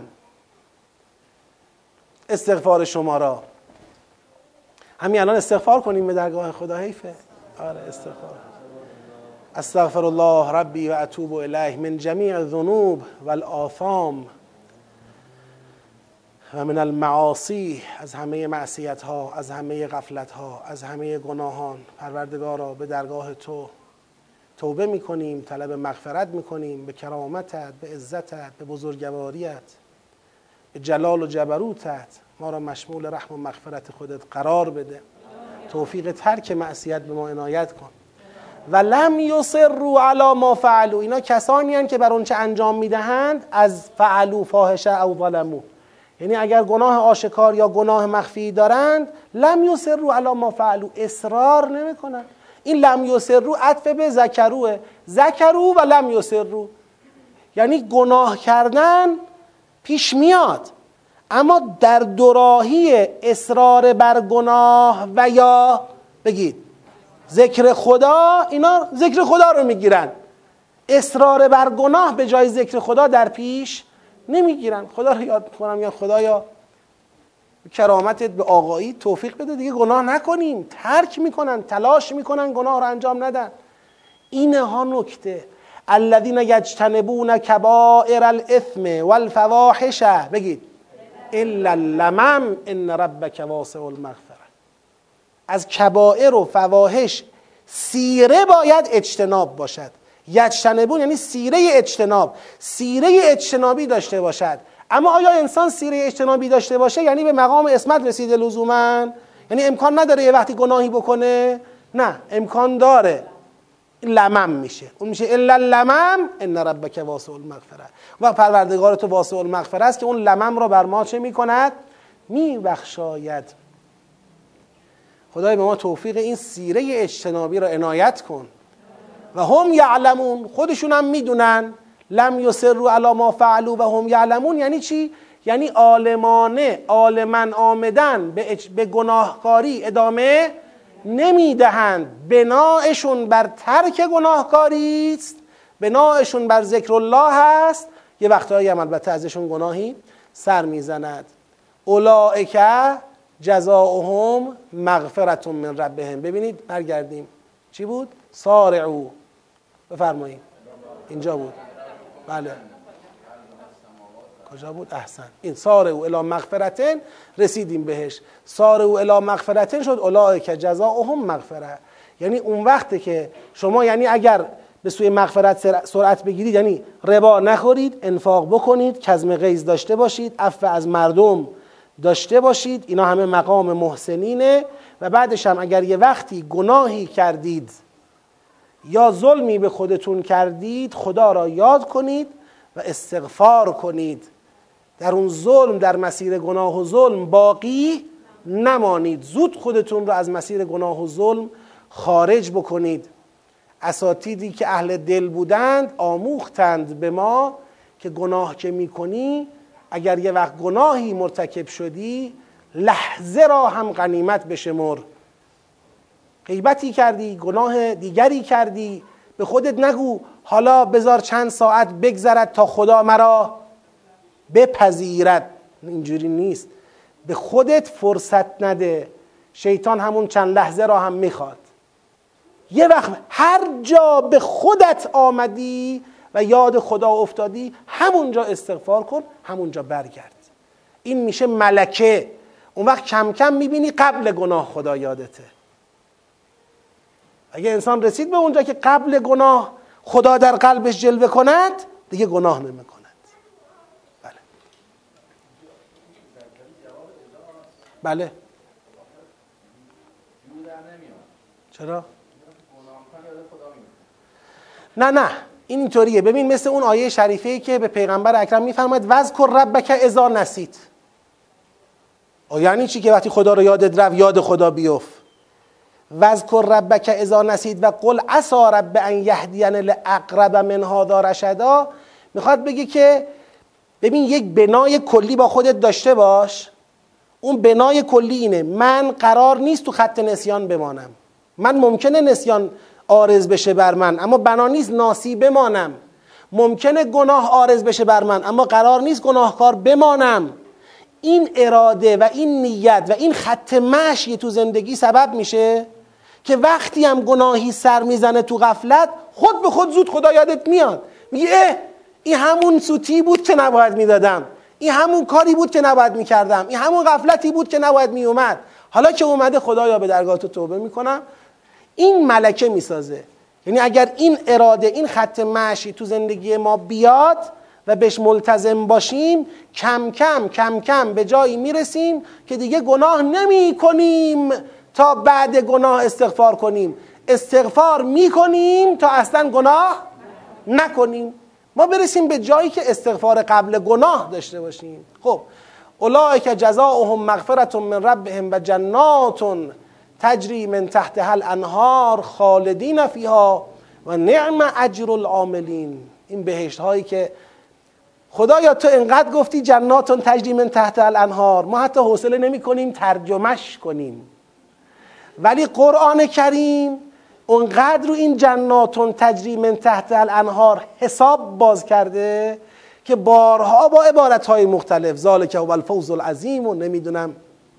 استغفار شما را. همین الان استغفار کنیم به درگاه خدا، حیفه. آره استغفار. استغفر الله ربی و اتوب الیه من جمیع الذنوب والآثام و من المعاصی، از همه معصیت ها، از همه غفلت ها، از همه گناهان. پروردگارا به درگاه تو توبه میکنیم، طلب مغفرت میکنیم، به کرامتت، به عزتت، به بزرگواریت، به جلال و جبروتت ما را مشمول رحم و مغفرت خودت قرار بده. توفیق ترک معصیت به ما عنایت کن. و لم یصروا علی ما فعلوا، اینا کسانی هستند که بر اون چه انجام میدهند از فعلوا فاحشه او ظلموا، یعنی اگر گناه آشکار یا گناه مخفی دارند، لم یصروا علی ما فعلوا، اصرار نمیکنن. این لم یصروا عطف به ذکروه، ذکروا و لم یصروا، یعنی گناه کردن پیش میاد، اما در دوراهی اصرار بر گناه و یا بگید ذکر خدا، اینا ذکر خدا رو میگیرن، اصرار بر گناه به جای ذکر خدا در پیش نمیگیرن. خدا رو یاد کنم یا خدایا کرامتت به آقایی توفیق بده دیگه گناه نکنیم. ترک میکنن، تلاش میکنن گناه رو انجام ندن. اینها نکته. الذین یجتنبون کبائر الاثم والفواحش، بگید الا اللمم ان ربک واسع المغفره. از کبائر و فواحش سیره باید اجتناب باشد. یجتنبون یعنی سیره اجتناب، سیره اجتنابی داشته باشد. اما آیا انسان سیره اجتنابی داشته باشه یعنی به مقام عصمت رسیده لزوما؟ یعنی امکان نداره یه وقتی گناهی بکنه؟ نه، امکان داره. لمم میشه، اون میشه الا اللمم ان ربک واسع المغفره. و پروردگار تو واسع المغفره است که اون لمم را بر ما چه میکند؟ میبخشاید. خدای به ما توفیق این سیره اجتنابی را عنایت کن. و هم یعلمون، خودشون هم میدونن. لم یصروا علی ما فعلوا و هم یعلمون یعنی چی؟ یعنی عالمانه، عالمن آمدن به گناهکاری ادامه نمیدهند. بناءشون بر ترک گناهکاری است، بناءشون بر ذکر الله هست. یه وقتهایی هم البته ازشون گناهی سر میزند. اولئک جزاؤهم مغفرة من ربهم. ببینید برگردیم، چی بود؟ سارعوا، بفرمایید. اینجا بود، بله کجا بود؟ احسن، این سارعوا الی مغفرة رسیدیم بهش. سارعوا الی مغفرة شد اولئک جزاؤهم مغفرة. یعنی اون وقته که شما، یعنی اگر به سوی مغفرت سرعت بگیرید، یعنی ربا نخورید، انفاق بکنید، کظم غیظ داشته باشید، عفو از مردم داشته باشید، اینا همه مقام محسنینه. و بعدش هم اگر یه وقتی گناهی کردید یا ظلمی به خودتون کردید، خدا را یاد کنید و استغفار کنید. در اون ظلم، در مسیر گناه و ظلم باقی نمانید، زود خودتون را از مسیر گناه و ظلم خارج بکنید. اساتیدی که اهل دل بودند آموختند به ما که گناه که میکنی، اگر یه وقت گناهی مرتکب شدی، لحظه را هم غنیمت بشمر. غیبتی کردی، گناه دیگری کردی، به خودت نگو حالا بذار چند ساعت بگذرد تا خدا مرا بپذیرد. اینجوری نیست. به خودت فرصت نده شیطان همون چند لحظه را هم میخواد. یه وقت هر جا به خودت آمدی و یاد خدا افتادی همونجا استغفار کن، همونجا برگرد. این میشه ملکه. اون وقت کم کم میبینی قبل گناه خدا یادته. اگه انسان رسید به اونجا که قبل گناه خدا در قلبش جلوه کند، دیگه گناه نمی کند. بله بله. چرا؟ نه این اینطوریه. ببین مثل اون آیه شریفه‌ای که به پیغمبر اکرم میفرماید وذکر ربک اذا نسیت. یعنی چی که وقتی خدا رو یادت رفت یاد خدا بیفت. وذکر ربک اذا نسیت و قل عسی رب ان یهدینی لاقرب من هذا رشدا. میخواد بگه که ببین یک بنای کلی با خودت داشته باش. اون بنای کلی اینه: من قرار نیست تو خط نسیان بمانم. من ممکنه نسیان عارض بشه بر من اما بنا نیست ناسی بمانم. ممکنه گناه عارض بشه بر من اما قرار نیست گناهکار بمانم. این اراده و این نیت و این خط مشی تو زندگی سبب میشه که وقتی هم گناهی سر میزنه تو غفلت، خود به خود زود خدا یادت میاد. میگه این همون سوتی بود که نباید میدادم، این همون کاری بود که نباید میکردم، این همون غفلتی بود که نباید میومد. حالا که اومده خدایا به درگاه تو توبه میکنم. این ملکه میسازه. یعنی اگر این اراده، این خط مشی تو زندگی ما بیاد و بهش ملتزم باشیم، کم کم به جایی میرسیم که دیگه گناه نمی کنیم تا بعد گناه استغفار کنیم، استغفار میکنیم تا اصلا گناه نکنیم. ما برسیم به جایی که استغفار قبل گناه داشته باشیم. خب اولئک جزاؤهم مغفرة من ربهم و جنات تجری من تحتها الانهار خالدین فیها و نعم اجر العاملین. این بهشت هایی که خدایا تو انقدر گفتی جنات تجری من تحتها الانهار، ما حتی حوصله نمی کنیم ترجمهش کنیم، ولی قرآن کریم اونقدر رو این جنات تجری من تحتها الانهار حساب باز کرده که بارها با عبارتهای مختلف ذالک هو الفوز العظیم و نمیدونم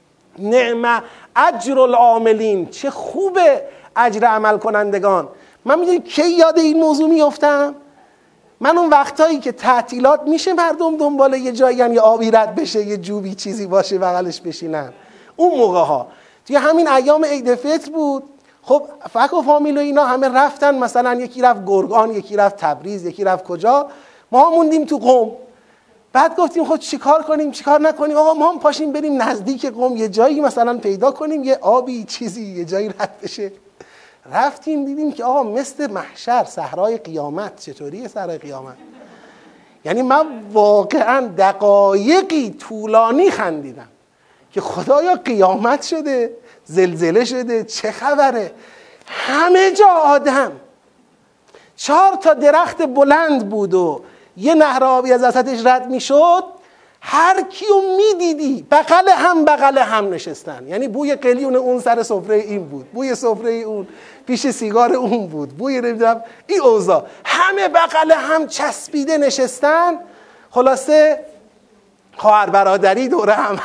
نعم اجر العاملین، چه خوبه اجر عمل کنندگان. من میدونی کی یاد این موضوع میافتم؟ من اون وقتایی که تعطیلات میشه مردم دنبال یه جایی یه آبی رد بشه، یه جوبی چیزی باشه بغلش بشینن، اون موقع ها توی همین ایام عید فطر بود. خب فک و فامیل و اینا همه رفتن، مثلا یکی رفت گرگان، یکی رفت تبریز، یکی رفت کجا، ما موندیم تو قم. بعد گفتیم خب چیکار کنیم چیکار نکنیم؟ آقا ما هم پاشیم بریم نزدیک قم یه جایی مثلا پیدا کنیم یه آبی چیزی یه جایی رد بشه. رفتیم دیدیم که آقا مثل محشر، صحرای قیامت. چطوریه صحرای قیامت؟ یعنی من واقعا دقایقی طولانی خندیدم که خدایا قیامت شده، زلزله شده، چه خبره؟ همه جا آدم. 4 تا درخت بلند بود و یه نهر آبی از وسطش رد میشد، هر کیو میدیدی بغل هم نشستن. یعنی بوی قلیون اون سر سفره این بود، بوی سفره اون پیش سیگار اون بود، بوی نمیدونم این اوضاع، همه بغل هم چسبیده نشستن. خلاصه خواهر برادری دوره هم.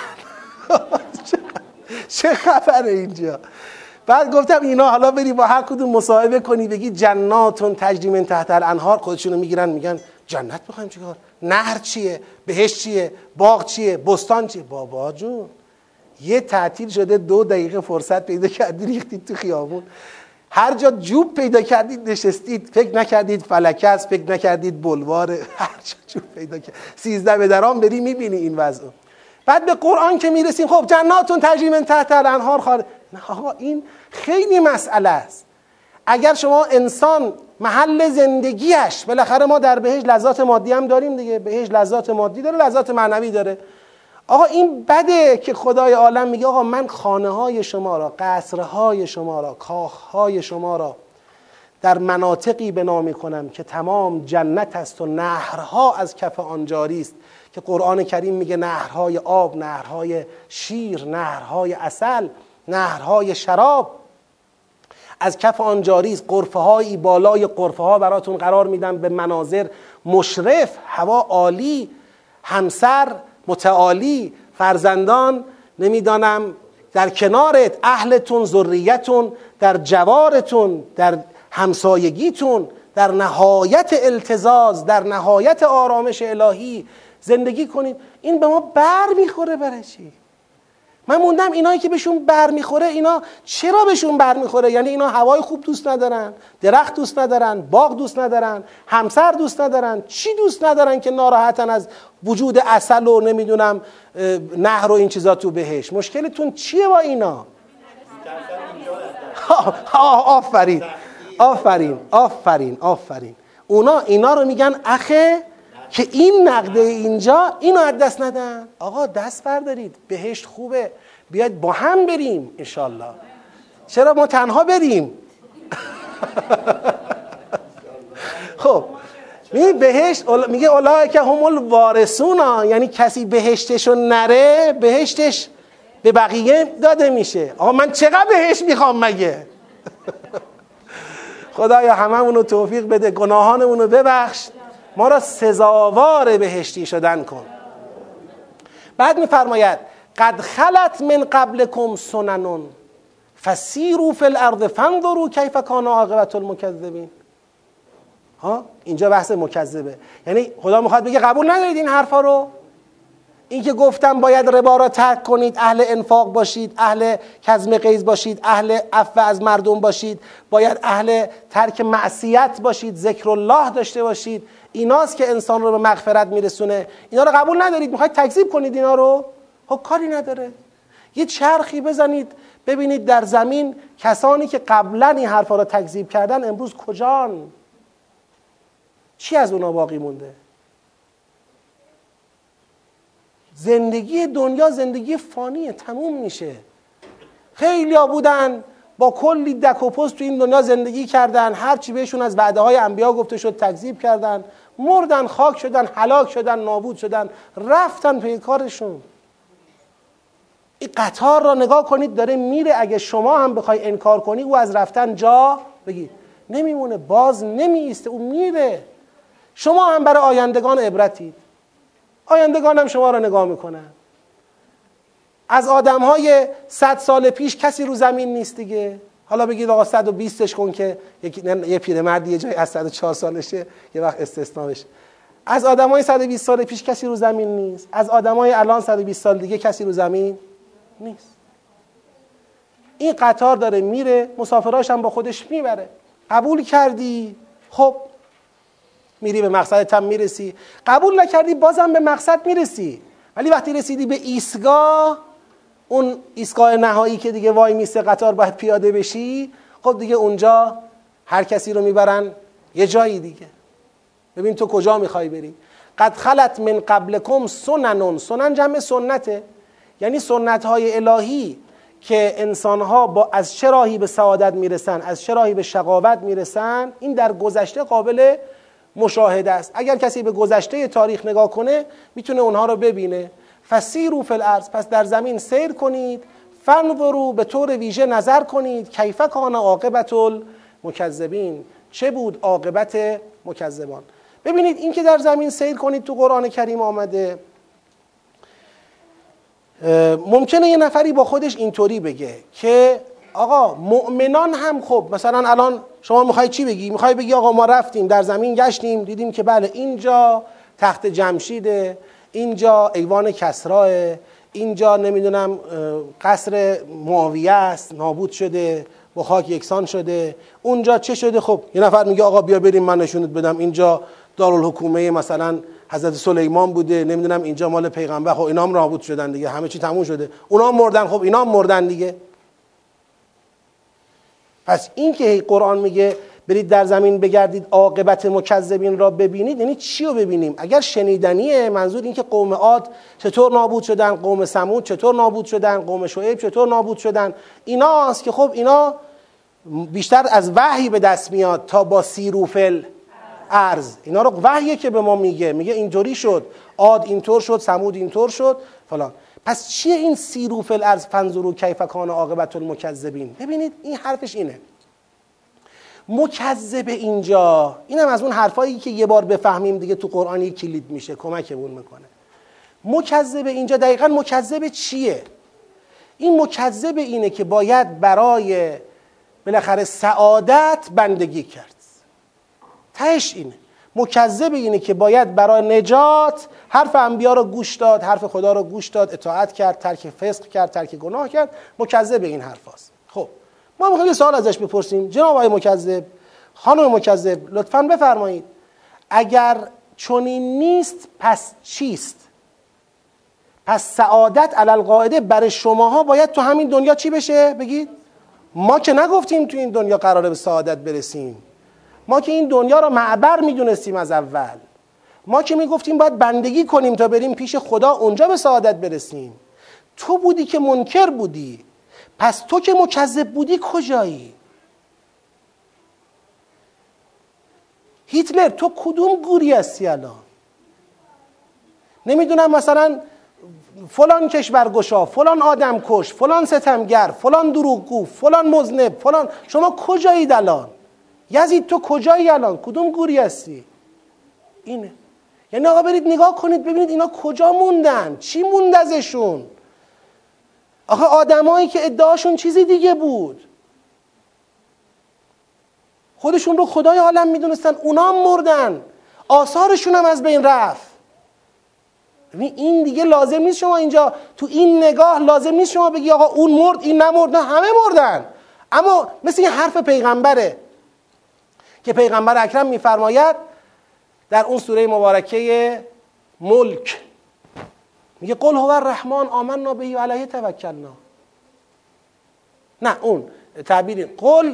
چه خبره اینجا؟ بعد گفتم اینا حالا بری با هر کدوم مصاحبه کنی بگی جناتون تجری من تحت الانهار، خودشونو میگیرن میگن جنت بخوایم چیکار؟ نهر چیه؟ بهشت چیه؟ باغ چیه؟ بستان چیه؟ بابا جون یه تعطیل شده 2 دقیقه فرصت پیدا کردید ریختید تو خیابون، هر جا جوب پیدا کردید نشستید، فکر نکردید فلکه است، فکر نکردید بلواره، هر جا جوب پیدا کردید. 13 به درام بری میبینی این وضع. بعد به قرآن که میرسیم خب جناتون تجری من تحت الانهار خالد. نه آقا این خیلی مسئله است. اگر شما انسان محل زندگیش، بالاخره ما در بهشت لذات مادی هم داریم دیگه، بهشت لذات مادی داره لذات معنوی داره. آقا این بده که خدای عالم میگه آقا من خانه های شما را، قصرهای شما را، کاخهای شما را در مناطقی بنا میکنم که تمام جنت است و نهرها از کف آن جاری است، که قرآن کریم میگه نهرهای آب، نهرهای شیر، نهرهای عسل، نهرهای شراب از کف آن جاری است. غرفه هایی بالای غرفه ها براتون قرار میدم به مناظر مشرف، هوا عالی، همسر متعالی، فرزندان نمیدانم در کنارت، اهلتون، ذریتون، در جوارتون، در همسایگیتون، در نهایت التزاز، در نهایت آرامش الهی زندگی کنید. این به ما بر میخوره. برای چی؟ من موندم اینایی که بهشون بر میخوره، اینا چرا بهشون بر میخوره؟ یعنی اینا هوای خوب دوست ندارن، درخت دوست ندارن، باغ دوست ندارن، همسر دوست ندارن، چی دوست ندارن که ناراحتن از وجود عسل و نمیدونم نهر و این چیزا تو بهش؟ مشکلتون چیه با اینا؟ آفرین آفرین آفرین آفرین. اینا رو میگن اخه که این نقده اینجا اینو از دست ندن. آقا دست بردارید، بهشت خوبه، بیاید با هم بریم انشالله. چرا ما تنها بریم؟ خب میگه بهشت، میگه اولئک هم الوارثون، یعنی کسی بهشتشو نره بهشتش به بقیه داده میشه. آقا من چقدر بهشت میخوام مگه؟ خدایا هممونو توفیق بده، گناهانمونو ببخش، ما را سزاوار بهشتی شدن کن. بعد میفرماید قد خلت من قبلکم سنن فسیروا فی الارض فانظروا کیف کان عاقبة المکذبین. اینجا بحث مکذبه، یعنی خدا میخواد بگه قبول ندارید این حرفا رو؟ این که گفتم باید ربا را ترک کنید، اهل انفاق باشید، اهل کظم غیظ باشید، اهل عفو از مردم باشید، باید اهل ترک معصیت باشید، ذکر الله داشته باشید، ایناست که انسان رو به مغفرت میرسونه. اینا رو قبول ندارید، میخواید تکذیب کنید اینا رو؟ کاری نداره. یه چرخی بزنید ببینید در زمین کسانی که قبلا این حرفا رو تکذیب کردن امروز کجان؟ چی از اونا باقی مونده؟ زندگی دنیا زندگی فانیه، تموم میشه. خیلی ها بودن با کلی دک و پست تو این دنیا زندگی کردن، هرچی بهشون از وعده های انبیا گفته شد تکذیب کردن، مردن، خاک شدن، هلاک شدن، نابود شدن، رفتن پی کارشون. این قطار را نگاه کنید داره میره، اگه شما هم بخوای انکار کنی او از رفتن جا بگی نمیمونه، باز نمیایسته، او میره. شما هم برای آیندگان عبرتید، آیندگان هم شما را نگاه میکنن. از آدمهای 100 سال پیش کسی رو زمین نیست دیگه. حالا بگید آقا 120ش کن که یه پیرمردی یه جای از 104 سالشه یه وقت استثنا بشه. از آدمای 120 سال پیش کسی رو زمین نیست، از آدمای الان 120 سال دیگه کسی رو زمین نیست. این قطار داره میره، مسافراش هم با خودش میبره. قبول کردی خب میری به مقصدت هم میرسی، قبول نکردی بازم به مقصد میرسی. ولی وقتی رسیدی به ایستگاه، اون ایستگاه نهایی که دیگه وای میسته قطار باید پیاده بشی، خب دیگه اونجا هر کسی رو میبرن یه جایی دیگه. ببین تو کجا میخوای بری. قد خلت من قبلکم سنن، سنن جمع سنته، یعنی سنت های الهی که انسانها با از چه راهی به سعادت میرسن، از چه راهی به شقاوت میرسن، این در گذشته قابل مشاهده است. اگر کسی به گذشته تاریخ نگاه کنه میتونه اونها رو ببینه. فسیروا فی الارض، پس در زمین سیر کنید، فانظروا، به طور ویژه نظر کنید، کیف کان عاقبة المکذبین، چه بود عاقبت مکذبان. ببینید این که در زمین سیر کنید تو قرآن کریم آمده. ممکنه یه نفری با خودش اینطوری بگه که آقا مؤمنان هم خب مثلا الان شما میخوای چی بگی؟ میخوای بگی آقا ما رفتیم در زمین گشتیم دیدیم که بله اینجا تخت جمشیده، اینجا ایوان کسراه، اینجا نمیدونم قصر معاویه است نابود شده با خاک یکسان شده، اونجا چه شده؟ خب یه نفر میگه آقا بیا بریم من نشونت بدم، اینجا دارالحکومه مثلا حضرت سلیمان بوده، نمیدونم اینجا مال پیغمبر، خب اینا هم نابود شدن دیگه، همه چی تموم شده، اونا هم مردن، خب اینا هم مردن دیگه. پس این که قرآن میگه برید در زمین بگردید عاقبت مکذبین را ببینید، یعنی چی رو ببینیم؟ اگر شنیدنیه منظور این که قوم عاد چطور نابود شدن، قوم ثمود چطور نابود شدن، قوم شعیب چطور نابود شدن، ایناست که خب اینا بیشتر از وحی به دست میاد تا با سیروا فی الارض. اینا رو وحیه که به ما میگه اینطوری شد، عاد اینطور شد، ثمود اینطور شد فلان. پس چیه این سیروا فی الارض فانظروا کیف کان عاقبة المکذبین؟ ببینید این حرفش اینه. مکذب اینجا اینم از اون حرفایی که یه بار بفهمیم دیگه تو قرآن یک کلید میشه، کمکمون میکنه. مکذب اینجا دقیقاً مکذب چیه؟ این مکذب اینه که باید برای بالاخره سعادت بندگی کرد. تهش اینه. مکذب اینه که باید برای نجات حرف انبیا رو گوش داد، حرف خدا رو گوش داد، اطاعت کرد، ترک فسق کرد، ترک گناه کرد. مکذب این حرف هست. خب ما میخوایم یه سوال ازش بپرسیم. جناب آقای مکذب، خانم مکذب، لطفاً بفرمایید اگر چنین نیست پس چیست؟ پس سعادت علی القاعده برای شماها باید تو همین دنیا چی بشه؟ بگید. ما که نگفتیم تو این دنیا قراره به سعادت برسیم. ما که این دنیا رو معبر میدونستیم از اول. ما که میگفتیم باید بندگی کنیم تا بریم پیش خدا، اونجا به سعادت برسیم. تو بودی که منکر بودی. پس تو که مکذب بودی کجایی؟ هیتلر تو کدوم گوری هستی الان؟ نمیدونم مثلا فلان کشورگشا، فلان آدمکش، فلان ستمگر، فلان دروغگو، فلان مذنب، فلان. شما کجایید الان؟ یزید تو کجایی الان؟ کدوم گوری هستی؟ اینه. یعنی آقا برید نگاه کنید ببینید اینا کجا موندن، چی موند ازشون. آخه آدمایی که ادعاشون چیزی دیگه بود، خودشون رو خدای عالم میدونستن، اونا مردن، آثارشون هم از بین رفت. این دیگه لازم نیست شما اینجا تو این نگاه لازم نیست شما بگی آقا اون مرد این نمرد، نه همه مردن. اما مثل این حرف پیغمبره که پیغمبر اکرم میفرماید در اون سوره مبارکه ملک، میگه قل هو الرحمن آمنا به و علیه توکلنا. نه اون تعبیر قل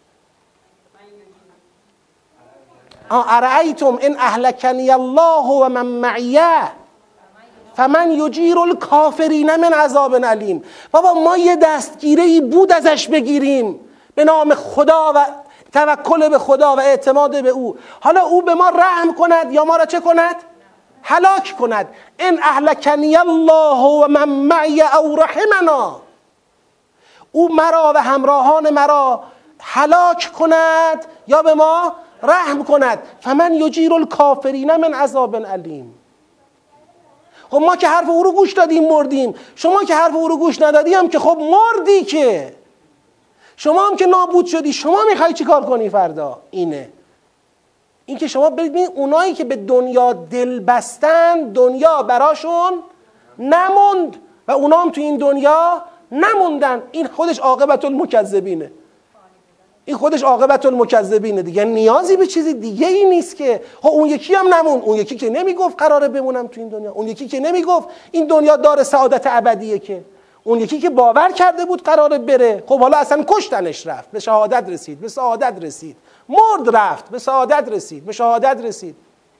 ارأیتم ان اهلکنی الله و من معی فمن یجیر الکافرین من عذاب علیم. بابا ما یه دستگیره‌ای بود ازش بگیریم به نام خدا و توکل به خدا و اعتماد به او. حالا او به ما رحم کند یا ما را چه کند؟ هلاک کند. ان اهلکنی الله و من معی او رحمنا، او مرا و همراهان مرا هلاک کند یا به ما رحم کند. فمن یجیر الکافرین من عذاب علیم. خب ما که حرف او رو گوش دادیم مردیم، شما که حرف او رو گوش ندادیم که خب مردی، که شما هم که نابود شدی، شما میخوای چی کار کنی فردا؟ اینه این که شما ببینید اونایی که به دنیا دل بستن دنیا براشون نموند و اونا هم تو این دنیا نموندن. این خودش عاقبت المکذبینه. این خودش عاقبت المکذبینه دیگه. نیازی به چیزی دیگه ای نیست که خب اون یکی هم نمون. اون یکی که نمیگفت قراره بمونم تو این دنیا، اون یکی که نمیگفت این دنیا دار سعادت ابدیه، که اون یکی که باور کرده بود قراره بره، خب حالا اصلا کشتنش، رفت به شهادت رسید، به سعادت رسید، مرد رفت به سعادت رسید، به شهادت رسید.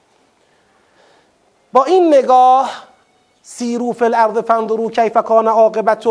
با این نگاه سیروا فی الارض فانظروا کیف کان عاقبت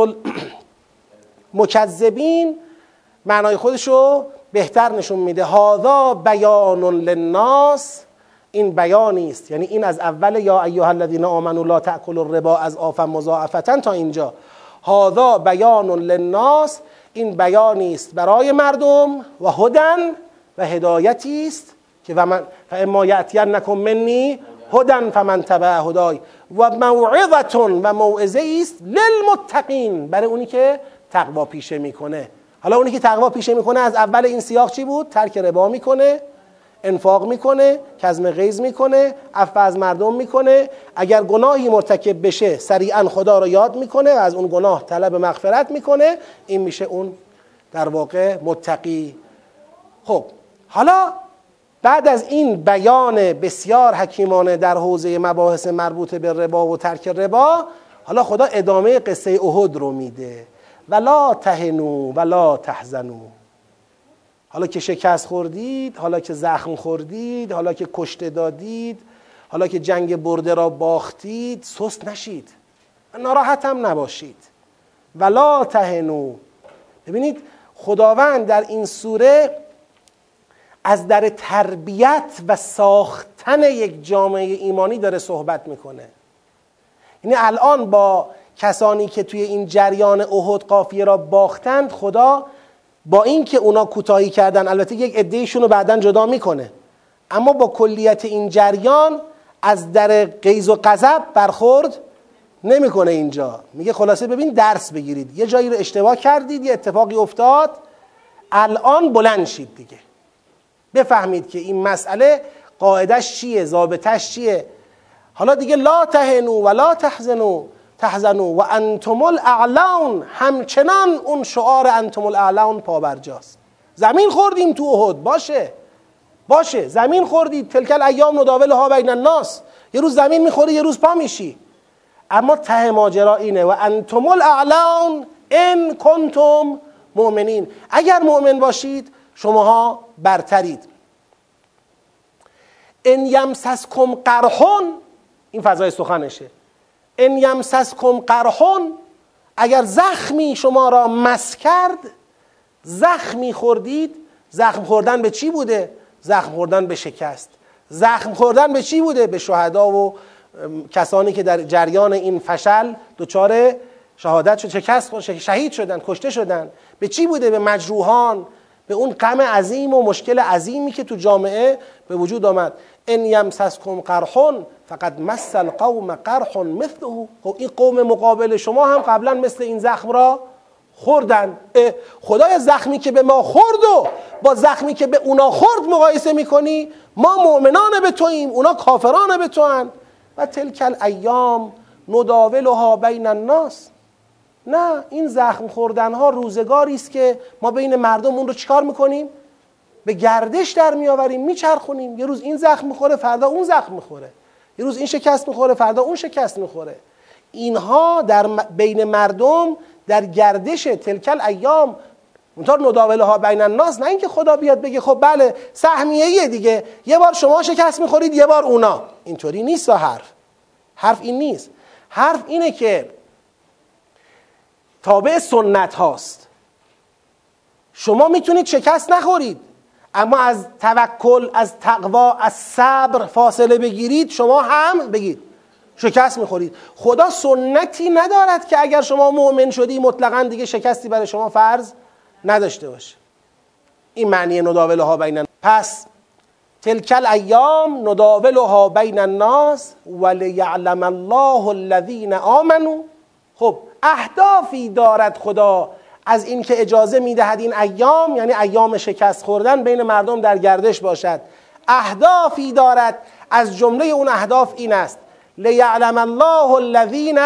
المکذبین معنای خودشو بهتر نشون میده. هذا بیان للناس، این بیانی است، یعنی این از اول یا ایها الذین آمنوا لا تأکلوا الربا از آفا مضاعفة تا اینجا. هذا بیان للناس، این بیانی است برای مردم و هدن و هدایتی است که و من فاما یأتینکم منی هدن فمن تبع هدای و موعظة و موعظه است للمتقین، برای اونی که تقوا پیشه میکنه. حالا اونی که تقوا پیشه میکنه از اول این سیاق چی بود؟ ترک ربا میکنه، انفاق میکنه، کظم غیظ میکنه، عفو از مردم میکنه، اگر گناهی مرتکب بشه سریعا خدا رو یاد میکنه و از اون گناه طلب مغفرت میکنه. این میشه اون در واقع متقی. خب حالا بعد از این بیان بسیار حکیمانه در حوزه مباحث مربوط به ربا و ترک ربا، حالا خدا ادامه قصه احد رو میده. ولا تهنوا ولا تحزنوا. حالا که شکست خوردید، حالا که زخم خوردید، حالا که کشته دادید، حالا که جنگ برده را باختید، سست نشید، ناراحت هم نباشید. ولا تهنوا. ببینید خداوند در این سوره از در تربیت و ساختن یک جامعه ایمانی داره صحبت میکنه. یعنی الان با کسانی که توی این جریان احد قافیه را باختند، خدا با این که اونا کوتاهی کردن، البته یک عده‌ایشون رو بعداً جدا میکنه، اما با کلیت این جریان از در غیظ و غضب برخورد نمیکنه اینجا. میگه خلاصه ببین درس بگیرید، یه جایی رو اشتباه کردید، یه اتفاقی افتاد، الان بلند شید دیگه، بفهمید که این مسئله قاعدش چیه، ضابطش چیه. حالا دیگه لا تهنوا ولا تحزنوا و انتم الاعلون، همچنان اون شعار انتم الاعلون پابرجاست. زمین خوردیم تو احد، باشه زمین خوردید، تلک الایام نداولها بین الناس، یه روز زمین میخوری یه روز پا میشی، اما ته ماجرا اینه و انتم الاعلون ان کنتم مؤمنین، اگر مؤمن باشید شماها برترید. ان یمسسکم قرح، این فضای سخنشه، ان یمسسکم قرح، اگر زخمی شما را مس کرد، زخمی خوردید. زخم خوردن به چی بوده؟ زخم خوردن به شکست. زخم خوردن به چی بوده؟ به شهدا و کسانی که در جریان این فشل دچار شهادت شد، شکست، شهید شدن، کشته شدن. به چی بوده؟ به مجروحان، به اون غم عظیم و مشکل عظیمی که تو جامعه به وجود آمد. ان یمسسکم قرح فقد مس القوم قرح مثله، خب این قوم مقابل شما هم قبلا مثل این زخم را خوردن. خدای زخمی که به ما خورد و با زخمی که به اونا خورد مقایسه میکنی؟ ما مؤمنان به توییم، اونا کافران به تو هن. و تلک الایام نداولها بین الناس، نه، این زخم خوردن ها روزگاری است که ما بین مردم اون رو چیکار میکنیم؟ به گردش در میآوریم، میچرخونیم. یه روز این زخم میخوره، فردا اون زخم میخوره، یه روز این شکست میخوره، فردا اون شکست میخوره. اینها در بین مردم در گردش تلک الایام منتها نداولها بین الناس، نه اینکه خدا بیاد بگه خب بله سهمیه‌ایه دیگه، یه بار شما شکست میخورید یه بار اونا. اینطوری نیست. حرف این نیست. حرف اینه که تابع سنت هاست. شما میتونید شکست نخورید، اما از توکل، از تقوا، از صبر فاصله بگیرید، شما هم بگید شکست میخورید. خدا سنتی ندارد که اگر شما مؤمن شدی مطلقاً دیگه شکستی برای شما فرض نداشته باشه. این معنی نداولها بین الناس. پس تلک الایام نداولها بین الناس ولیعلم الله الذین آمنوا. خب اهدافی دارد خدا از این که اجازه میدهد این ایام، یعنی ایام شکست خوردن، بین مردم در گردش باشد. اهدافی دارد، از جمله اون اهداف این است لیعلم الله الذین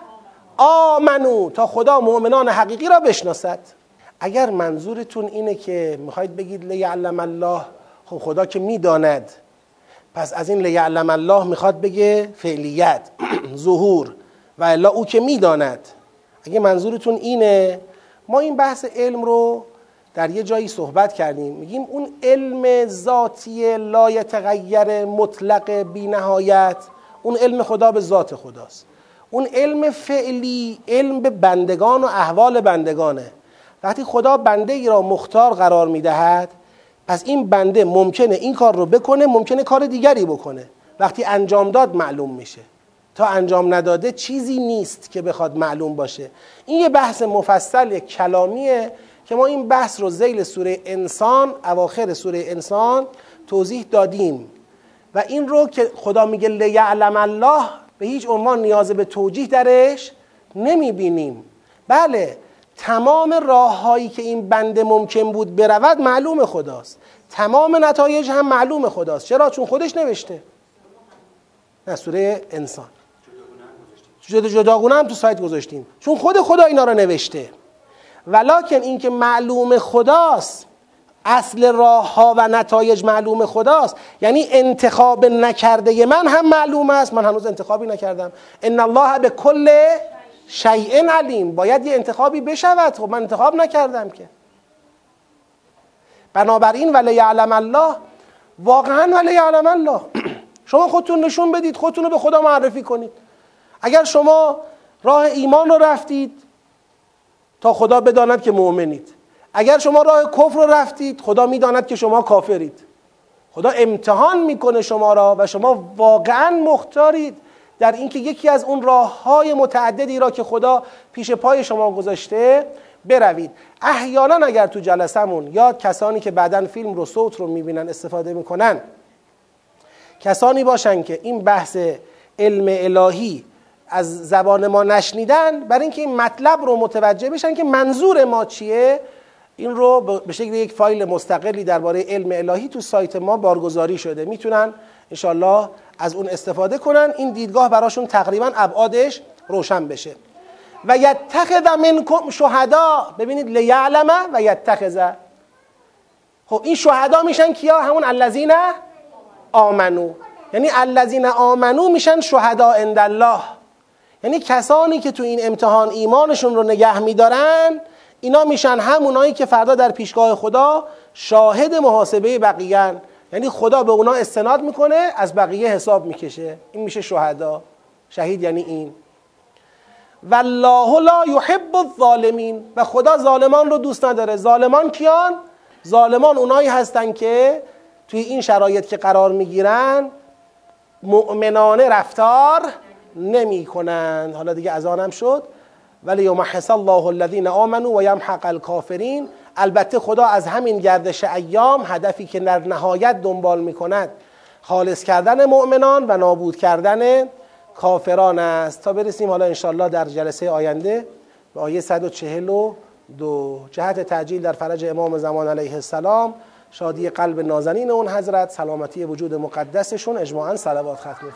آمنوا، تا خدا مؤمنان حقیقی را بشناسد. اگر منظورتون اینه که میخواید بگید لیعلم الله، خب خدا که میداند، پس از این لیعلم الله میخواد بگه فعلیت، ظهور، و الا او که میداند. اگه منظورتون اینه، ما این بحث علم رو در یه جایی صحبت کردیم، میگیم اون علم ذاتی لا یتغیر مطلق بی نهایت، اون علم خدا به ذات خداست. اون علم فعلی علم به بندگان و احوال بندگانه. وقتی خدا بنده ای را مختار قرار میدهد، پس این بنده ممکنه این کار رو بکنه، ممکنه کار دیگری بکنه. وقتی انجام داد معلوم میشه، تا انجام نداده چیزی نیست که بخواد معلوم باشه. این یه بحث مفصل، یک کلامیه که ما این بحث رو ذیل سوره انسان، اواخر سوره انسان توضیح دادیم. و این رو که خدا میگه لیعلم الله، به هیچ عنوان نیاز به توجیه درش نمیبینیم. بله، تمام راههایی که این بنده ممکن بود برود معلوم خداست، تمام نتایج هم معلوم خداست. چرا؟ چون خودش نوشته. نه، سوره انسان جداگونه هم تو سایت گذاشتیم، چون خود خدا اینا رو نوشته. ولکن این که معلوم خداست، اصل راه ها و نتایج معلوم خداست، یعنی انتخاب نکرده من هم معلوم است. من هنوز انتخابی نکردم. ان الله به کل شیء علیم، باید یه انتخابی بشود. خب من انتخاب نکردم که. بنابراین ولیعلم الله، واقعا ولیعلم الله. شما خودتون نشون بدید، خودتون رو به خدا معرفی کنید. اگر شما راه ایمان رو رفتید، تا خدا بداند که مؤمنید. اگر شما راه کفر رو رفتید، خدا میداند که شما کافرید. خدا امتحان میکنه شما را و شما واقعا مختارید در اینکه یکی از اون راههای متعددی را که خدا پیش پای شما گذاشته بروید. احیانا اگر تو جلسمون یا کسانی که بعداً فیلم رو، صوت رو میبینن، استفاده میکنن، کسانی باشن که این بحث علم الهی از زبان ما نشنیدن، برای اینکه این مطلب رو متوجه بشن که منظور ما چیه، این رو به شکل یک فایل مستقلی درباره علم الهی تو سایت ما بارگذاری شده، میتونن انشالله از اون استفاده کنن، این دیدگاه براشون تقریبا ابعادش روشن بشه. و یتخذ منکم شهدا، ببینید لیعلم و یتخذ، خب این شهدا میشن کیا؟ همون الذین آمنو، یعنی الذین آمنو میشن شهدا عند الله، یعنی کسانی که تو این امتحان ایمانشون رو نگه میدارن، اینا میشن همونایی که فردا در پیشگاه خدا شاهد محاسبه بقیه‌اند، یعنی خدا به اونا استناد میکنه، از بقیه حساب میکشه، این میشه شهدا. شهید یعنی این. والله لا یحب الظالمین، و خدا ظالمان رو دوست نداره. ظالمان کیان؟ ظالمان اونایی هستن که توی این شرایط که قرار میگیرن مؤمنانه رفتار نمی کنند. حالا دیگه اذان هم شد. ولی یمحص الله الذین آمنوا و یمحق الکافرین. البته خدا از همین گردش ایام هدفی که در نهایت دنبال میکند خالص کردن مؤمنان و نابود کردن کافران است. تا برسیم حالا انشالله در جلسه آینده به آیه 142. جهت تعجیل در فرج امام زمان علیه السلام، شادی قلب نازنین اون حضرت، سلامتی وجود مقدسشون، اجماعاً صلوات ختم